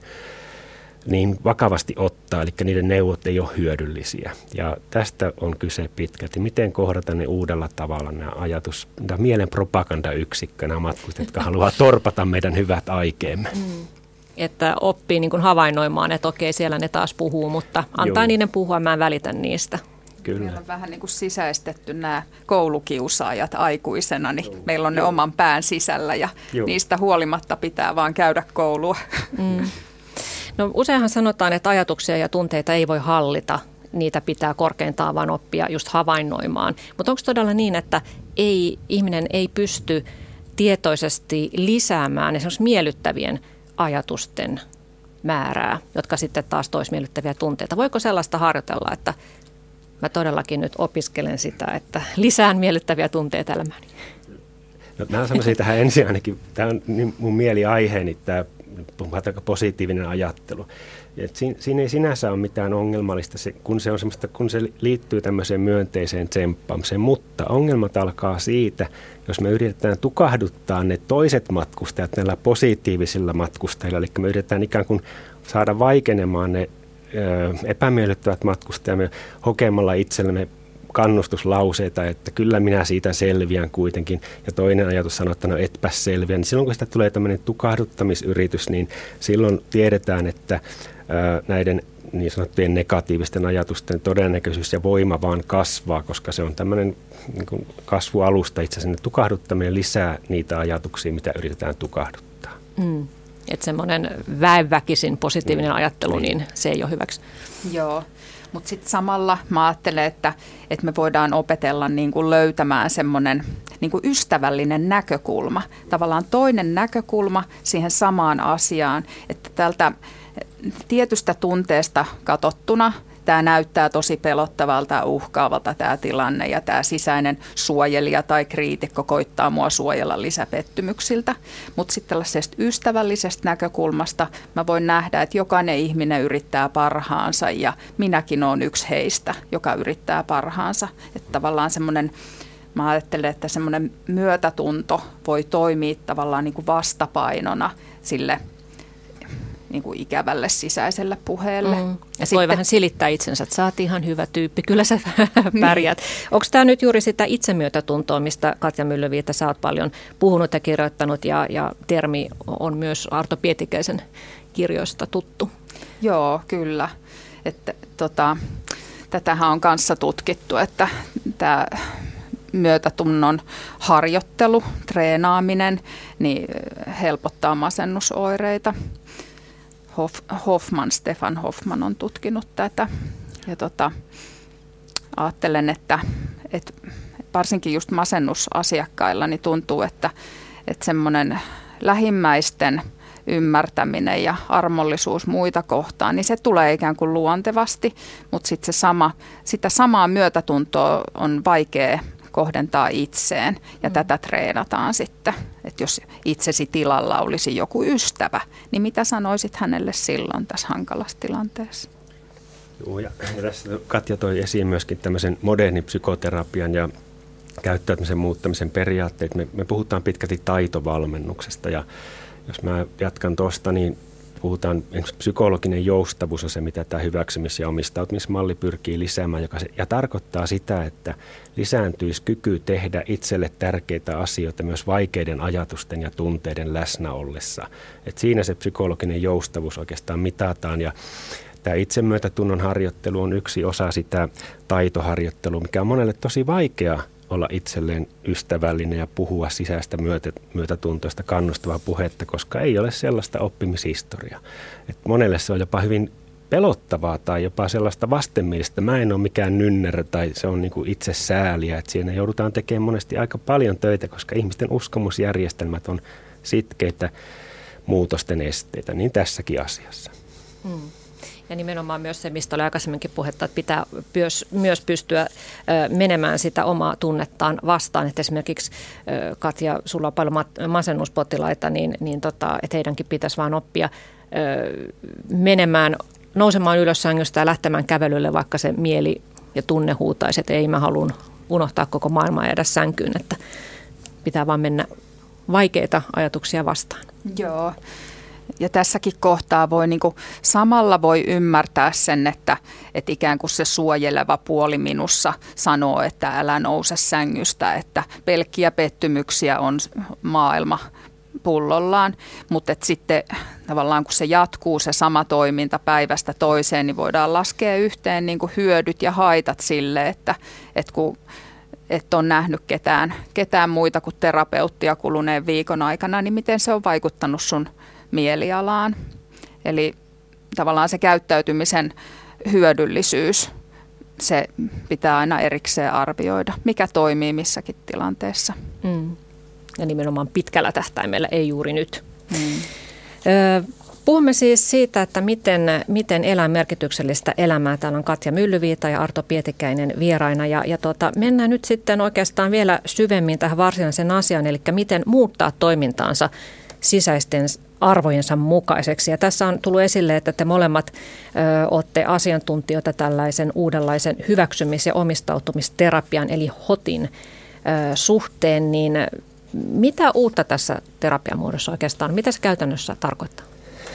niin vakavasti ottaa, eli niiden neuvot ei ole hyödyllisiä. Ja tästä on kyse pitkälti. Miten kohdata ne uudella tavalla, nämä ajatus, mielen propagandayksikkö, nämä matkustajat, jotka haluaa torpata meidän hyvät aikeemme. Mm. että oppii niin kuin havainnoimaan, että okei, siellä ne taas puhuu, mutta antaa Joo. niiden puhua, mä en välitä niistä. Kyllä. Meillä on vähän niin kuin sisäistetty nämä koulukiusaajat aikuisena, niin Joo. meillä on ne Joo. oman pään sisällä ja Joo. niistä huolimatta pitää vaan käydä koulua. Mm. No useinhan sanotaan, että ajatuksia ja tunteita ei voi hallita, niitä pitää korkeintaan vaan oppia just havainnoimaan. Mutta onko todella niin, että ei, ihminen ei pysty tietoisesti lisäämään esimerkiksi miellyttävien ajatusten määrää, jotka sitten taas tois miellyttäviä tunteita? Voiko sellaista harjoitella, että mä todellakin nyt opiskelen sitä, että lisään miellyttäviä tunteita elämääni? No, mä sanoisin tähän ensin ainakin, tämä on mun mieliaiheeni, tämä positiivinen ajattelu. Et siinä, siinä ei sinänsä ole mitään ongelmallista, se, kun, se on semmoista, kun se liittyy tämmöiseen myönteiseen tsemppaamiseen, mutta ongelmat alkaa siitä, jos me yritetään tukahduttaa ne toiset matkustajat näillä positiivisilla matkustajilla, eli me yritetään ikään kuin saada vaikenemaan ne ö, epämiellyttävät matkustajamme hokemalla itsellemme kannustuslauseita, että kyllä minä siitä selviän kuitenkin, ja toinen ajatus sanoo, että no etpä selviä, niin silloin kun sitä tulee tämmöinen tukahduttamisyritys, niin silloin tiedetään, että ää, näiden niin sanottujen negatiivisten ajatusten todennäköisyys ja voima vaan kasvaa, koska se on tämmöinen niin kuin kasvualusta itse asiassa, tukahduttaminen lisää niitä ajatuksia, mitä yritetään tukahduttaa. Mm. Että semmoinen väenväkisin positiivinen mm. ajattelu, niin se ei ole hyväksi. Joo. Mutta sitten samalla mä ajattelen, että, että me voidaan opetella niin kuin löytämään semmoinen niin kuin ystävällinen näkökulma. Tavallaan toinen näkökulma siihen samaan asiaan, että tältä tietystä tunteesta katsottuna tämä näyttää tosi pelottavalta ja uhkaavalta tämä tilanne ja tämä sisäinen suojelija tai kriitikko koittaa mua suojella lisäpettymyksiltä. Mutta sitten tällaisesta ystävällisestä näkökulmasta mä voin nähdä, että jokainen ihminen yrittää parhaansa ja minäkin olen yksi heistä, joka yrittää parhaansa. Että tavallaan semmoinen, mä ajattelen, että semmoinen myötätunto voi toimia tavallaan niin kuin vastapainona sille niin kuin ikävälle sisäiselle puheelle. Mm. Ja, ja sitten voi vähän silittää itsensä, että sä oot ihan hyvä tyyppi, kyllä sä pärjät. Onko tämä nyt juuri sitä itsemyötätuntoa, mistä Katja Myllyviitä sä oot paljon puhunut ja kirjoittanut, ja, ja termi on myös Arto Pietikäisen kirjoista tuttu? Joo, kyllä. Että, tota, tätähän on kanssa tutkittu, että tämä myötätunnon harjoittelu, treenaaminen, niin helpottaa masennusoireita. Hoffman, Stefan Hoffman on tutkinut tätä ja tota, ajattelen, että, että varsinkin just masennusasiakkailla niin tuntuu, että, että semmoinen lähimmäisten ymmärtäminen ja armollisuus muita kohtaan, niin se tulee ikään kuin luontevasti, mutta sitten se sama, sitä samaa myötätuntoa on vaikea kohdentaa itseen ja mm. tätä treenataan sitten, että jos itsesi tilalla olisi joku ystävä, niin mitä sanoisit hänelle silloin tässä hankalassa tilanteessa? Joo, ja tässä Katja toi esiin myöskin tämmöisen modernin psykoterapian ja käyttäytymisen muuttamisen periaatteet. Me, me puhutaan pitkälti taitovalmennuksesta, ja jos mä jatkan tuosta, niin puhutaan, psykologinen joustavuus on se, mitä tämä hyväksymis- ja omistautumismalli pyrkii lisäämään, joka se, ja tarkoittaa sitä, että lisääntyisi kyky tehdä itselle tärkeitä asioita myös vaikeiden ajatusten ja tunteiden läsnä ollessa. Et siinä se psykologinen joustavuus oikeastaan mitataan, ja tämä itsemyötätunnon harjoittelu on yksi osa sitä taitoharjoittelua, mikä on monelle tosi vaikea olla itselleen ystävällinen ja puhua sisäistä myötä, myötätuntoista kannustavaa puhetta, koska ei ole sellaista oppimishistoriaa. Et monelle se on jopa hyvin pelottavaa tai jopa sellaista vastenmielistä. Mä en ole mikään nynnerä tai se on niinku itse sääliä. Et siinä joudutaan tekemään monesti aika paljon töitä, koska ihmisten uskomusjärjestelmät on sitkeitä muutosten esteitä, niin tässäkin asiassa. Hmm. Ja nimenomaan myös se, mistä oli aikaisemminkin puhetta, että pitää myös, myös pystyä menemään sitä omaa tunnettaan vastaan. Että esimerkiksi Katja, sulla on paljon masennuspotilaita, niin, niin tota, että heidänkin pitäisi vaan oppia menemään, nousemaan ylös sängystä ja lähtemään kävelylle, vaikka se mieli ja tunne huutaisi, että ei, mä haluan unohtaa koko maailmaa ja jäädä sänkyyn, että pitää vaan mennä vaikeita ajatuksia vastaan. Joo. Ja tässäkin kohtaa voi niin kuin, samalla voi ymmärtää sen, että, että ikään kuin se suojeleva puoli minussa sanoo, että älä nouse sängystä, että pelkkiä pettymyksiä on maailma pullollaan, mutta sitten tavallaan kun se jatkuu se sama toiminta päivästä toiseen, niin voidaan laskea yhteen niin kuin hyödyt ja haitat sille, että, että kun et on nähnyt ketään, ketään muita kuin terapeuttia kuluneen viikon aikana, niin miten se on vaikuttanut sun mielialaan. Eli tavallaan se käyttäytymisen hyödyllisyys, se pitää aina erikseen arvioida, mikä toimii missäkin tilanteessa. Mm. Ja nimenomaan pitkällä tähtäimellä, ei juuri nyt. Mm. Ö, puhumme siis siitä, että miten, miten elää merkityksellistä elämää. Täällä on Katja Myllyviita ja Arto Pietikäinen vieraina. Ja, ja tuota, mennään nyt sitten oikeastaan vielä syvemmin tähän varsinaisen asiaan, eli miten muuttaa toimintaansa sisäisten arvojensa mukaiseksi. Ja tässä on tullut esille, että te molemmat ö, olette asiantuntijoita tällaisen uudenlaisen hyväksymis- ja omistautumisterapian, eli HOTin ö, suhteen, niin mitä uutta tässä terapiamuodossa oikeastaan, mitä se käytännössä tarkoittaa?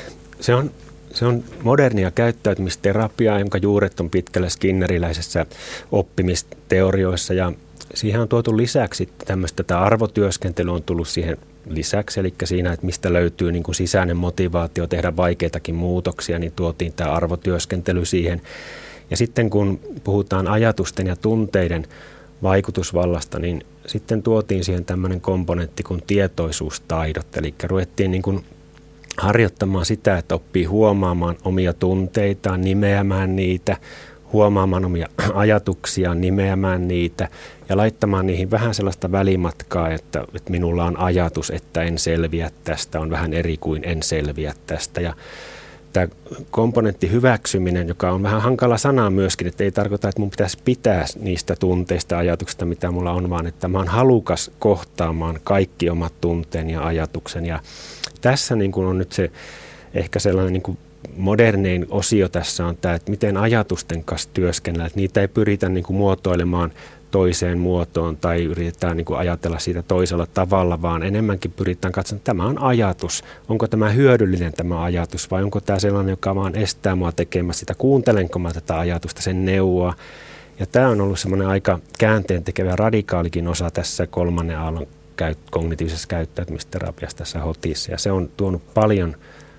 Se on, se on modernia käyttäytymisterapiaa, jonka juuret on pitkällä skinneriläisessä oppimisteorioissa, ja siihen on tuotu lisäksi tämmöistä, tämä arvotyöskentely on tullut siihen lisäksi, eli siinä, että mistä löytyy niin kuin sisäinen motivaatio tehdä vaikeitakin muutoksia, niin tuotiin tämä arvotyöskentely siihen. Ja sitten kun puhutaan ajatusten ja tunteiden vaikutusvallasta, niin sitten tuotiin siihen tämmöinen komponentti kuin tietoisuustaidot, eli ruvettiin niin kuin harjoittamaan sitä, että oppii huomaamaan omia tunteitaan, nimeämään niitä, huomaamaan omia ajatuksiaan, nimeämään niitä ja laittamaan niihin vähän sellaista välimatkaa, että, että minulla on ajatus, että en selviä tästä, on vähän eri kuin en selviä tästä. Ja tämä komponentti hyväksyminen, joka on vähän hankala sana myöskin, että ei tarkoita, että mun pitäisi pitää niistä tunteista ja ajatuksista, mitä mulla on, vaan että mä oon halukas kohtaamaan kaikki omat tunteeni ja ajatuksen. Ja tässä niin kuin on nyt se ehkä sellainen niin kuin modernein osio tässä on tämä, että miten ajatusten kanssa työskennellään, että niitä ei pyritä niin kuin muotoilemaan toiseen muotoon tai yritetään niin kuin ajatella siitä toisella tavalla, vaan enemmänkin pyritään katsomaan, että tämä on ajatus. Onko tämä hyödyllinen tämä ajatus vai onko tämä sellainen, joka vaan estää mua tekemässä sitä, kuuntelenko mä tätä ajatusta, sen neuvoa. Ja tämä on ollut semmoinen aika käänteen tekevä radikaalikin osa tässä kolmannen aallon kognitiivisessa käyttäytymisterapiassa tässä HOTissa, ja se on tuonut paljon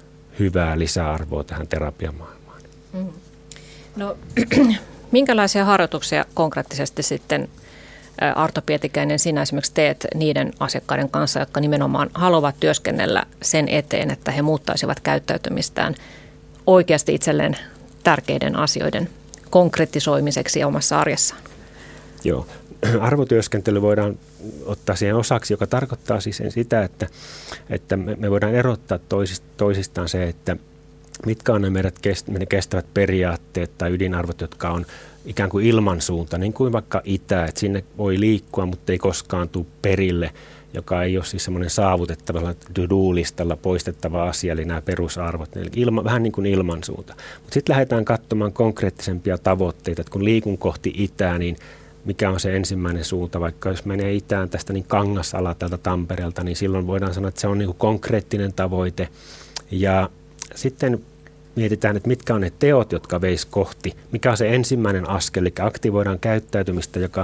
hyvää lisäarvoa tähän terapiamaailmaan. Mm. No, minkälaisia harjoituksia konkreettisesti sitten, Arto Pietikäinen, sinä esimerkiksi teet niiden asiakkaiden kanssa, jotka nimenomaan haluavat työskennellä sen eteen, että he muuttaisivat käyttäytymistään oikeasti itselleen tärkeiden asioiden konkretisoimiseksi omassa arjessaan? Joo. Arvotyöskentely voidaan ottaa siihen osaksi, joka tarkoittaa siis sitä, että, että me voidaan erottaa toisistaan se, että mitkä on ne meidät kestävät periaatteet tai ydinarvot, jotka on ikään kuin ilmansuunta, niin kuin vaikka itä, että sinne voi liikkua, mutta ei koskaan tule perille, joka ei ole siis semmoinen saavutettavalla to-do-listalla poistettava asia, eli nämä perusarvot, eli ilma, vähän niin kuin ilmansuunta. Mutta sitten lähdetään katsomaan konkreettisempia tavoitteita, että kun liikun kohti itää, niin mikä on se ensimmäinen suunta, vaikka jos menee itään tästä niin Kangasala tältä Tampereelta, niin silloin voidaan sanoa, että se on niin kuin konkreettinen tavoite. Ja sitten mietitään, että mitkä on ne teot, jotka veisi kohti, mikä on se ensimmäinen askel, eli aktivoidaan käyttäytymistä, joka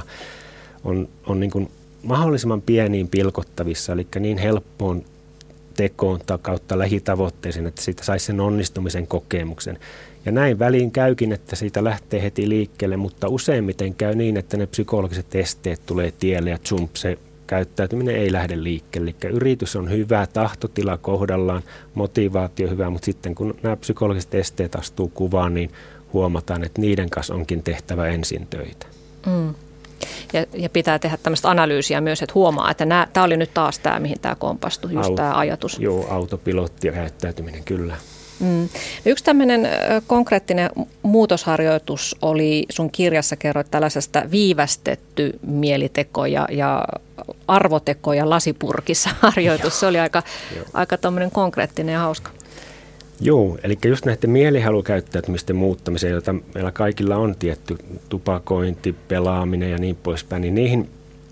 on, on niin kuin mahdollisimman pieniin pilkottavissa, eli niin helppoon tekoon tai kautta lähitavoitteeseen, että siitä saisi sen onnistumisen kokemuksen. Ja näin väliin käykin, että siitä lähtee heti liikkeelle, mutta useimmiten käy niin, että ne psykologiset esteet tulee tielle ja jump, se käyttäytyminen ei lähde liikkeelle. Eli yritys on hyvä, tahtotila kohdallaan, motivaatio hyvä, mutta sitten kun nämä psykologiset esteet astuu kuvaan, niin huomataan, että niiden kanssa onkin tehtävä ensin töitä. Mm. Ja, ja pitää tehdä tämmöistä analyysiä myös, että huomaa, että tämä oli nyt taas tämä, mihin tämä kompastui, just Aut- tämä ajatus. Joo, autopilotti ja käyttäytyminen, kyllä. Mm. Yksi tämmöinen konkreettinen muutosharjoitus oli, sun kirjassa kerroit tällaisesta viivästetty mieliteko ja, ja arvoteko ja lasipurkissa harjoitus. Se oli aika, aika tommoinen konkreettinen ja hauska. Joo, eli just näiden mielihalukäyttäytymisten muuttamiseen, joita meillä kaikilla on tietty, tupakointi, pelaaminen ja niin poispäin, niin niihin,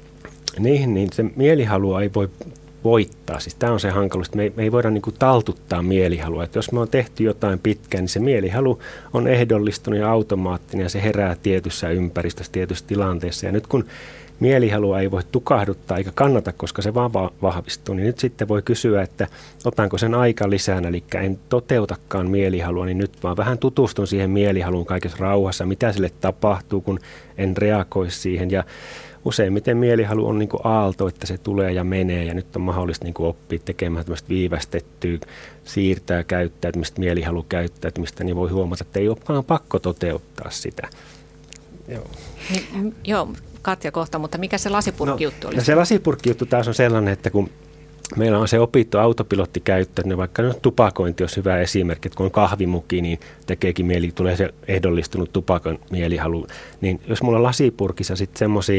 niihin niin se mielihalua ei voi voittaa. Siis tämä on se hankaluus, me ei, me ei voida niin kuin taltuttaa mielihalua. Että jos me on tehty jotain pitkään, niin se mielihalu on ehdollistunut ja automaattinen ja se herää tietyssä ympäristössä, tietyssä tilanteessa. Ja nyt kun mielihalua ei voi tukahduttaa eikä kannata, koska se vaan vahvistuu, niin nyt sitten voi kysyä, että otanko sen aika lisään, eli en toteutakaan mielihalua, niin nyt vaan vähän tutustun siihen mielihaluun kaikessa rauhassa, mitä sille tapahtuu, kun en reagoi siihen. Ja useimmiten mielihalu on niin kuin aalto, että se tulee ja menee, ja nyt on mahdollista niin kuin oppia tekemään tämmöistä viivästettyä, siirtää käyttäytymistä, mielihalukäyttäytymistä, niin voi huomata, että ei olekaan pakko toteuttaa sitä. Joo. Niin, joo, Katja kohta, mutta mikä se lasipurkkijuttu oli? No, se lasipurkkijuttu taas on sellainen, että kun meillä on se opittu autopilottikäyttö, niin vaikka nyt tupakointi olisi hyvä esimerkki, että kun on kahvimuki, niin tekeekin mieli, tulee se ehdollistunut tupakon mielihalu. Niin jos mulla on lasipurkissa sitten semmoisia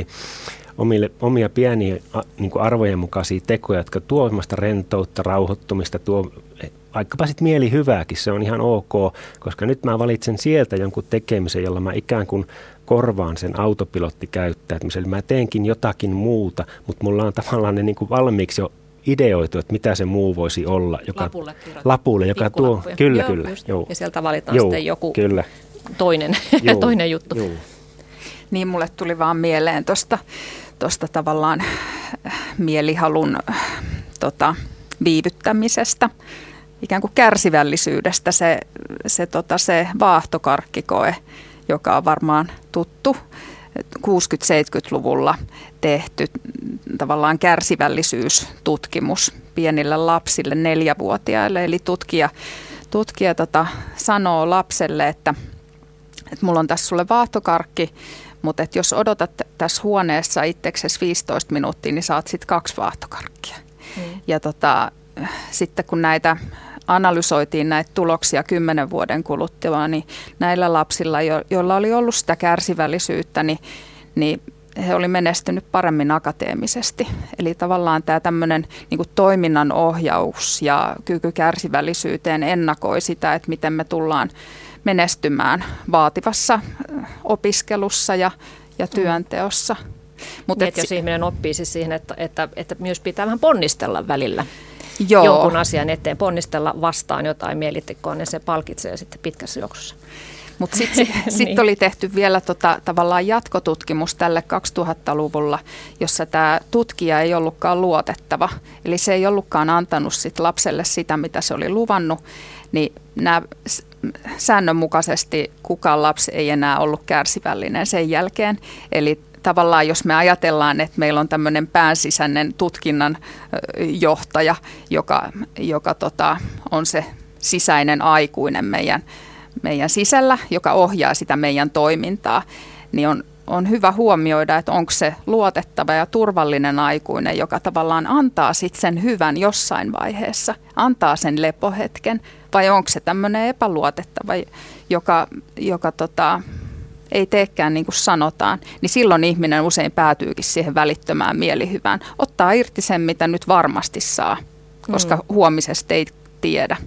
omia pieniä niin kuin arvojen mukaisia tekoja, jotka tuo rentoutta, rauhoittumista, tuo vaikkapa sitten mieli hyvääkin, se on ihan ok, koska nyt mä valitsen sieltä jonkun tekemisen, jolla mä ikään kuin korvaan sen autopilottikäyttäytymisen. Eli mä teenkin jotakin muuta, mutta mulla on tavallaan ne niin kuin valmiiksi jo ideoitu, että mitä se muu voisi olla. Joka, lapulle lapulle, joka tuo, kyllä, joo, kyllä. Joo. Ja sieltä valitaan joo, sitten joku kyllä. toinen, joo, toinen juttu. Joo. Niin mulle tuli vaan mieleen tuosta tosta tavallaan mielihalun tota, viivyttämisestä, ikään kuin kärsivällisyydestä se, se, tota, se vaahtokarkkikoe, joka on varmaan tuttu kuusikymmentä-seitsemänkymmentäluvulla tehty tavallaan kärsivällisyystutkimus pienille lapsille, neljävuotiaille. Eli tutkija, tutkija tota, sanoo lapselle, että, että mulla on tässä sulle vaahtokarkki, mutta että jos odotat tässä huoneessa itseksesi viisitoista minuuttia, niin saat sitten kaksi vaahtokarkkia. Mm. Ja tota, sitten kun näitä analysoitiin näitä tuloksia kymmenen vuoden kuluttua, niin näillä lapsilla, joilla oli ollut sitä kärsivällisyyttä, niin, niin he oli menestynyt paremmin akateemisesti. Eli tavallaan tämä tämmöinen niin kuin toiminnan ohjaus ja kyky kärsivällisyyteen ennakoi sitä, että miten me tullaan menestymään vaativassa opiskelussa ja, ja työnteossa. Mut niin, et jos ihminen oppii siis siihen, että, että, että myös pitää vähän ponnistella välillä. Joo. Jonkun asian eteen, ponnistella vastaan jotain mielitekoa, niin se palkitsee sitten pitkässä juoksussa. Mutta sitten sit niin. oli tehty vielä tota, tavallaan jatkotutkimus tälle kaksituhattaluvulla, jossa tämä tutkija ei ollutkaan luotettava. Eli se ei ollutkaan antanut sit lapselle sitä, mitä se oli luvannut. Niin nämä säännönmukaisesti kukaan lapsi ei enää ollut kärsivällinen sen jälkeen. Eli tavallaan jos me ajatellaan, että meillä on tämmöinen päänsisäinen tutkinnan johtaja, joka, joka tota, on se sisäinen aikuinen meidän, meidän sisällä, joka ohjaa sitä meidän toimintaa, niin on, on hyvä huomioida, että onko se luotettava ja turvallinen aikuinen, joka tavallaan antaa sitten sen hyvän jossain vaiheessa, antaa sen lepohetken, vai onko se tämmöinen epäluotettava, joka, joka tota, ei teekään niin kuin sanotaan, niin silloin ihminen usein päätyykin siihen välittömään mielihyvään. Ottaa irti sen, mitä nyt varmasti saa, koska mm. huomisesta ei tiedä.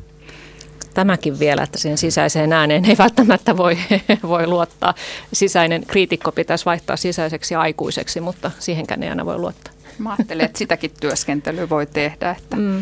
Tämäkin vielä, että siihen sisäiseen ääneen ei välttämättä voi, voi luottaa. Sisäinen kriitikko pitäisi vaihtaa sisäiseksi aikuiseksi, mutta siihenkään ei aina voi luottaa. Mä ajattelen, että sitäkin työskentelyä voi tehdä. Että mm.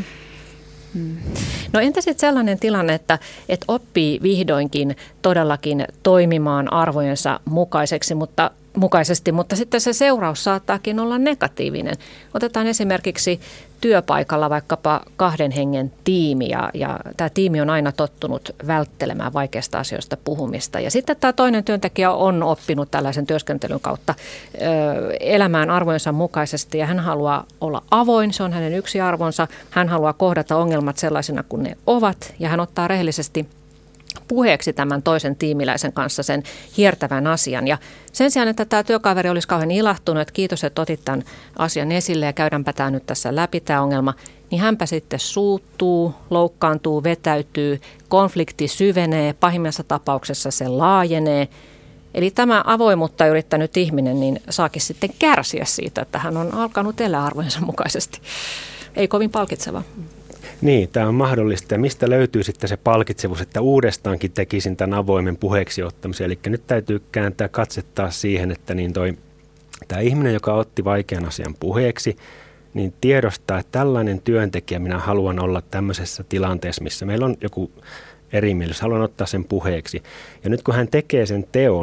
Mm. No entä sitten sellainen tilanne, että, että oppii vihdoinkin todellakin toimimaan arvojensa mukaiseksi, mutta, mukaisesti, mutta sitten se seuraus saattaakin olla negatiivinen. Otetaan esimerkiksi työpaikalla vaikkapa kahden hengen tiimi ja, ja tämä tiimi on aina tottunut välttelemään vaikeista asioista puhumista. Ja sitten tämä toinen työntekijä on oppinut tällaisen työskentelyn kautta ö, elämään arvojensa mukaisesti ja hän haluaa olla avoin, se on hänen yksi arvonsa. Hän haluaa kohdata ongelmat sellaisena kuin ne ovat ja hän ottaa rehellisesti puheeksi tämän toisen tiimiläisen kanssa sen hiertävän asian. Ja sen sijaan, että tämä työkaveri olisi kauhean ilahtunut, että kiitos, että otit tämän asian esille ja käydäänpä tämä nyt tässä läpi tämä ongelma, niin hänpä sitten suuttuu, loukkaantuu, vetäytyy, konflikti syvenee, pahimmassa tapauksessa se laajenee. Eli tämä avoimuutta yrittänyt ihminen niin saakin sitten kärsiä siitä, että hän on alkanut elää arvojensa mukaisesti. Ei kovin palkitseva. Niin, tämä on mahdollista. Ja mistä löytyy sitten se palkitsevuus, että uudestaankin tekisin tämän avoimen puheeksi ottamisen. Eli nyt täytyy kääntää katse taas siihen, että niin toi, tämä ihminen, joka otti vaikean asian puheeksi, niin tiedostaa, että tällainen työntekijä minä haluan olla tämmöisessä tilanteessa, missä meillä on joku erimielisyys, haluan ottaa sen puheeksi. Ja nyt kun hän tekee sen teon,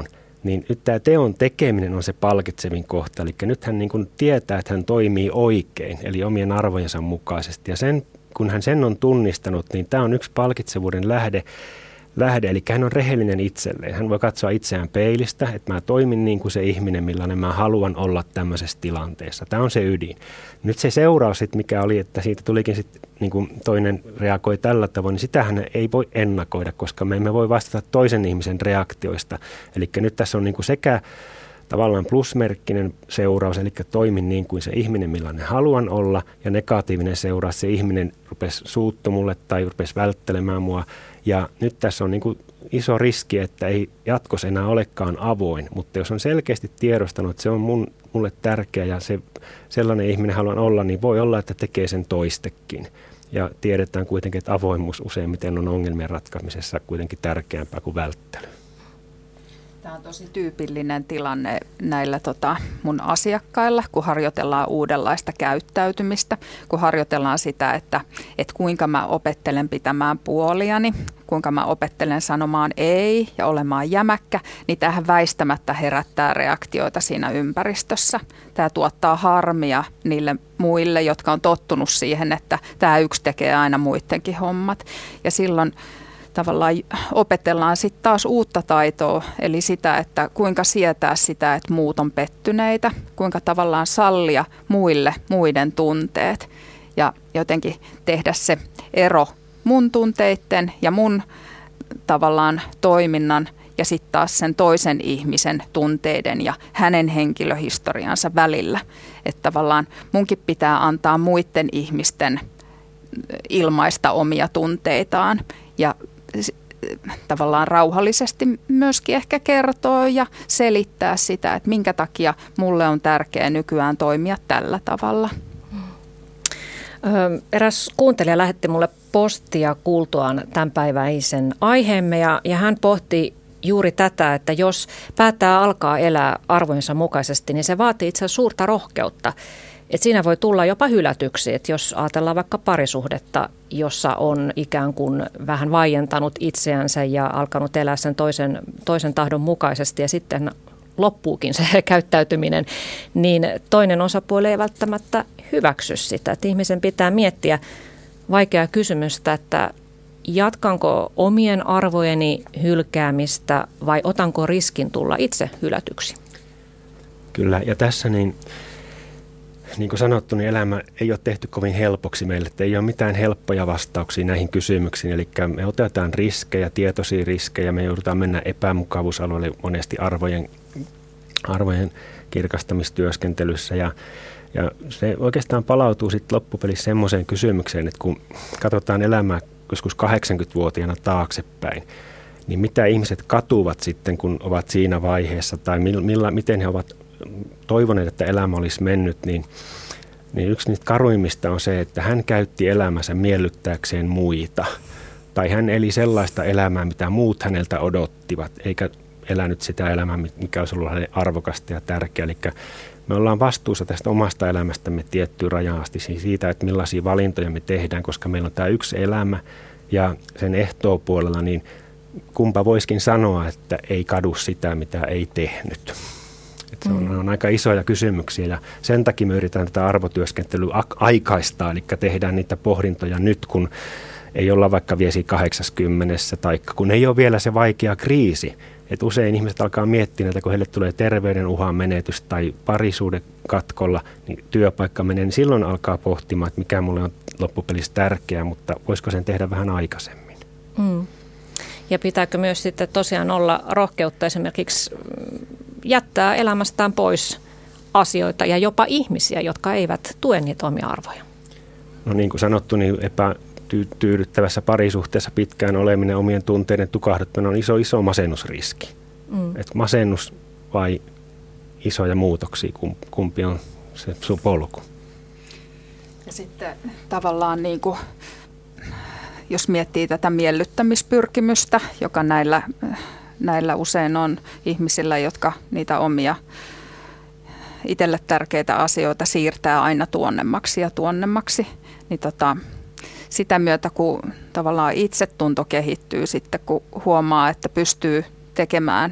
Niin nyt tämä teon tekeminen on se palkitsevin kohta. Eli nyt hän niin kuin tietää, että hän toimii oikein, eli omien arvojensa mukaisesti. Ja sen, kun hän sen on tunnistanut, niin tämä on yksi palkitsevuuden lähde. lähde. Eli hän on rehellinen itselleen. Hän voi katsoa itseään peilistä, että mä toimin niin kuin se ihminen, millainen mä haluan olla tämmöisessä tilanteessa. Tämä on se ydin. Nyt se seuraus, sit, mikä oli, että siitä tulikin sit, niin kuin toinen reagoi tällä tavoin, niin sitähän ei voi ennakoida, koska me emme voi vastata toisen ihmisen reaktioista. Eli nyt tässä on niin kuin sekä tavallaan plusmerkkinen seuraus, eli toimin niin kuin se ihminen, millainen haluan olla, ja negatiivinen seuraus, se ihminen rupesi suuttumaan mulle tai rupesi välttelemään mua. Ja nyt tässä on niin kuin iso riski, että ei jatkossa enää olekaan avoin, mutta jos on selkeästi tiedostanut, että se on mun, mulle tärkeä ja se, sellainen ihminen haluan olla, niin voi olla, että tekee sen toistekin. Ja tiedetään kuitenkin, että avoimuus useimmiten on ongelmien ratkaimisessa kuitenkin tärkeämpää kuin välttely. Tämä on tosi tyypillinen tilanne näillä tota, mun asiakkailla, kun harjoitellaan uudenlaista käyttäytymistä, kun harjoitellaan sitä, että, että kuinka mä opettelen pitämään puoliani, kuinka mä opettelen sanomaan ei ja olemaan jämäkkä, niin tämähän väistämättä herättää reaktioita siinä ympäristössä. Tämä tuottaa harmia niille muille, jotka on tottunut siihen, että tämä yksi tekee aina muidenkin hommat. Ja silloin tavallaan opetellaan sitten taas uutta taitoa, eli sitä, että kuinka sietää sitä, että muut on pettyneitä, kuinka tavallaan sallia muille muiden tunteet ja jotenkin tehdä se ero mun tunteitten ja mun tavallaan toiminnan ja sitten taas sen toisen ihmisen tunteiden ja hänen henkilöhistoriansa välillä. Että tavallaan munkin pitää antaa muiden ihmisten ilmaista omia tunteitaan ja tavallaan rauhallisesti myöskin ehkä kertoo ja selittää sitä, että minkä takia mulle on tärkeää nykyään toimia tällä tavalla. Eräs kuuntelija lähetti mulle postia kuultuaan tämänpäiväisen aiheemme ja, ja hän pohti juuri tätä, että jos päättää alkaa elää arvojensa mukaisesti, niin se vaatii itse asiassa suurta rohkeutta. Et siinä voi tulla jopa hylätyksi, että jos ajatellaan vaikka parisuhdetta, jossa on ikään kuin vähän vaientanut itseänsä ja alkanut elää sen toisen, toisen tahdon mukaisesti ja sitten loppuukin se käyttäytyminen, niin toinen osapuoli ei välttämättä hyväksy sitä. Et ihmisen pitää miettiä vaikeaa kysymystä, että jatkanko omien arvojeni hylkäämistä vai otanko riskin tulla itse hylätyksi? Kyllä, ja tässä niin... Niin kuin sanottu, niin elämä ei ole tehty kovin helpoksi meille, että ei ole mitään helppoja vastauksia näihin kysymyksiin. Eli me otetaan riskejä, tietoisia riskejä, me joudutaan mennä epämukavuusalueelle monesti arvojen, arvojen kirkastamistyöskentelyssä. Ja, ja se oikeastaan palautuu sitten loppupelissä semmoiseen kysymykseen, että kun katsotaan elämää joskus kahdeksankymmentävuotiaana taaksepäin, niin mitä ihmiset katuvat sitten, kun ovat siinä vaiheessa, tai millä, miten he ovat toivoneet, että elämä olisi mennyt, niin, niin yksi niistä karuimmista on se, että hän käytti elämänsä miellyttääkseen muita. Tai hän eli sellaista elämää, mitä muut häneltä odottivat, eikä elänyt sitä elämää, mikä olisi ollut hänelle arvokasta ja tärkeää. Eli me ollaan vastuussa tästä omasta elämästämme tiettyyn rajaan asti, siis siitä, että millaisia valintoja me tehdään, koska meillä on tämä yksi elämä ja sen ehtoopuolella, niin kumpa voisikin sanoa, että ei kadu sitä, mitä ei tehnyt. Se on, on aika isoja kysymyksiä ja sen takia me yritetään tätä arvotyöskentelyä aikaistaa, eli tehdään niitä pohdintoja nyt, kun ei olla vaikka viesi kahdeksankymmenessä tai kun ei ole vielä se vaikea kriisi. Et usein ihmiset alkaa miettiä, että kun heille tulee terveyden uhan menetys tai parisuuden katkolla, niin työpaikka menee, niin silloin alkaa pohtimaan, että mikä mulle on loppupelissä tärkeää, mutta voisiko sen tehdä vähän aikaisemmin. Mm. Ja pitääkö myös sitten tosiaan olla rohkeutta esimerkiksi jättää elämästään pois asioita ja jopa ihmisiä, jotka eivät tue niitä omia arvoja? No niin kuin sanottu, niin epätyydyttävässä parisuhteessa pitkään oleminen, omien tunteiden tukahduttaminen on iso, iso masennusriski. Mm. Et masennus vai isoja muutoksia, kumpi on se sun polku? Ja sitten tavallaan niin kuin, jos miettii tätä miellyttämispyrkimystä, joka näillä Näillä usein on ihmisillä, jotka niitä omia itselle tärkeitä asioita siirtää aina tuonnemmaksi ja tuonnemmaksi. Niin tota, sitä myötä, kun tavallaan itsetunto kehittyy sitten, kun huomaa, että pystyy tekemään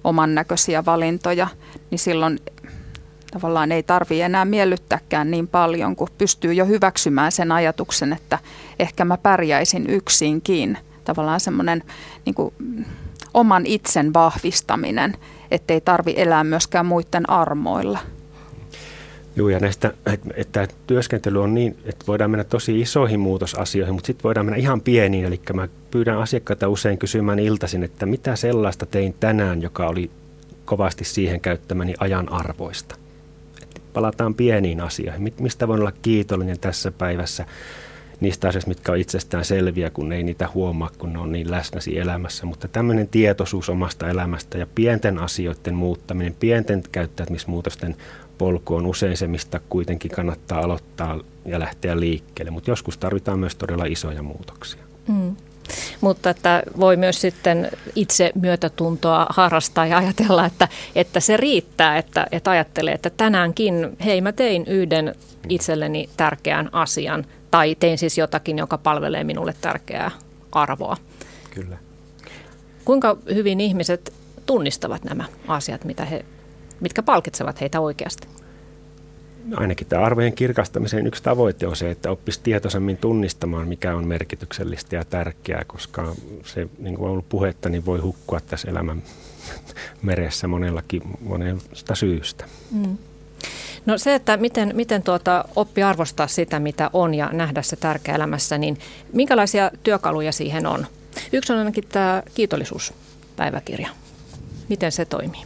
oman näköisiä valintoja, niin silloin tavallaan ei tarvitse enää miellyttääkään niin paljon, kun pystyy jo hyväksymään sen ajatuksen, että ehkä mä pärjäisin yksinkin. Tavallaan semmoinen niin kuin oman itsen vahvistaminen, ettei tarvi elää myöskään muiden armoilla. Joo, ja näistä, että työskentely on niin, että voidaan mennä tosi isoihin muutosasioihin, mutta sitten voidaan mennä ihan pieniin. Eli mä pyydän asiakkaita usein kysymään iltaisin, että mitä sellaista tein tänään, joka oli kovasti siihen käyttämäni ajan arvoista. Et palataan pieniin asioihin. Mistä voin olla kiitollinen tässä päivässä niistä asioista, mitkä on itsestään selviä, kun ei niitä huomaa, kun ne on niin läsnäsi elämässä. Mutta tämmöinen tietoisuus omasta elämästä ja pienten asioiden muuttaminen, pienten käyttäytymismuutosten polku on usein se, mistä kuitenkin kannattaa aloittaa ja lähteä liikkeelle, mutta joskus tarvitaan myös todella isoja muutoksia. Mm. Mutta että voi myös sitten itse myötätuntoa harrastaa ja ajatella, että, että se riittää, että, että ajattelee, että tänäänkin, hei mä tein yhden itselleni tärkeän asian tai tein siis jotakin, joka palvelee minulle tärkeää arvoa. Kyllä. Kuinka hyvin ihmiset tunnistavat nämä asiat, mitä he mitkä palkitsevat heitä oikeasti? Ainakin tämä arvojen kirkastamisen yksi tavoite on se, että oppisi tietoisemmin tunnistamaan, mikä on merkityksellistä ja tärkeää, koska se, niin kuin on ollut puhetta, niin voi hukkua tässä elämän meressä monellakin, monesta syystä. Mm. No se, että miten, miten tuota, oppi arvostaa sitä, mitä on ja nähdä se tärkeä elämässä, niin minkälaisia työkaluja siihen on? Yksi on ainakin tämä kiitollisuuspäiväkirja. Miten se toimii?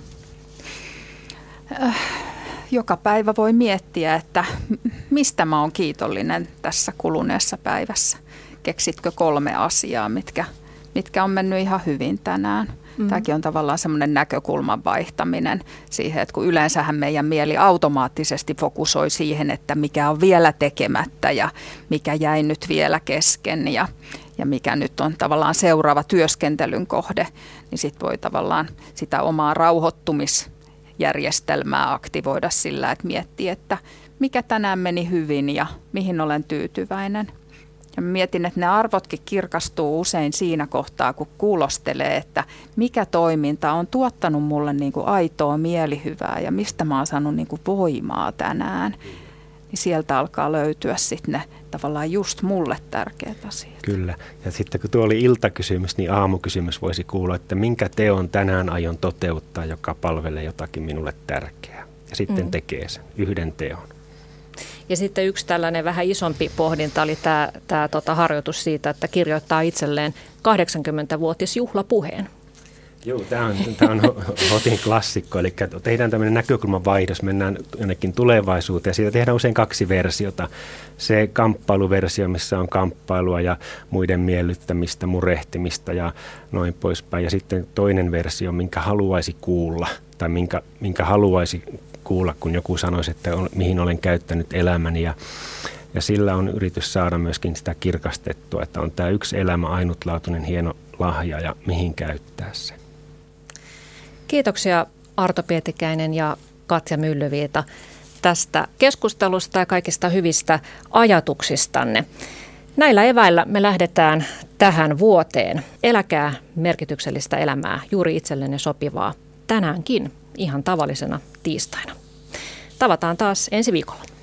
Joka päivä voi miettiä, että mistä mä oon kiitollinen tässä kuluneessa päivässä. Keksitkö kolme asiaa, mitkä, mitkä on mennyt ihan hyvin tänään? Mm. Tämäkin on tavallaan semmoinen näkökulman vaihtaminen siihen, että kun yleensähän meidän mieli automaattisesti fokusoi siihen, että mikä on vielä tekemättä ja mikä jäi nyt vielä kesken ja, ja mikä nyt on tavallaan seuraava työskentelyn kohde, niin sitten voi tavallaan sitä omaa rauhoittumis järjestelmää aktivoida sillä, että miettii, että mikä tänään meni hyvin ja mihin olen tyytyväinen. Ja mietin, että ne arvotkin kirkastuu usein siinä kohtaa, kun kuulostelee, että mikä toiminta on tuottanut mulle niin kuin aitoa mielihyvää ja mistä mä oon saanut niin kuin voimaa tänään. Niin sieltä alkaa löytyä sitten ne tavallaan just mulle tärkeät asiat. Kyllä. Ja sitten kun tuo oli iltakysymys, niin aamukysymys voisi kuulla, että minkä teon tänään aion toteuttaa, joka palvelee jotakin minulle tärkeää. Ja sitten mm. tekee sen yhden teon. Ja sitten yksi tällainen vähän isompi pohdinta oli tämä, tämä tota harjoitus siitä, että kirjoittaa itselleen kahdeksankymmentävuotisjuhlapuheen. Joo, tämä on, tämä on Hotin klassikko, eli tehdään tämmöinen näkökulman vaihdos, mennään jonnekin tulevaisuuteen ja siitä tehdään usein kaksi versiota. Se kamppailuversio, missä on kamppailua ja muiden miellyttämistä, murehtimista ja noin poispäin. Ja sitten toinen versio, minkä haluaisi kuulla tai minkä, minkä haluaisi kuulla, kun joku sanoisi, että on, mihin olen käyttänyt elämäni. Ja, ja sillä on yritys saada myöskin sitä kirkastettua, että on tämä yksi elämä ainutlaatuinen hieno lahja ja mihin käyttää se. Kiitoksia Arto Pietikäinen ja Katja Myllyviita tästä keskustelusta ja kaikista hyvistä ajatuksistanne. Näillä eväillä me lähdetään tähän vuoteen. Eläkää merkityksellistä elämää, juuri itsellenne sopivaa, tänäänkin ihan tavallisena tiistaina. Tavataan taas ensi viikolla.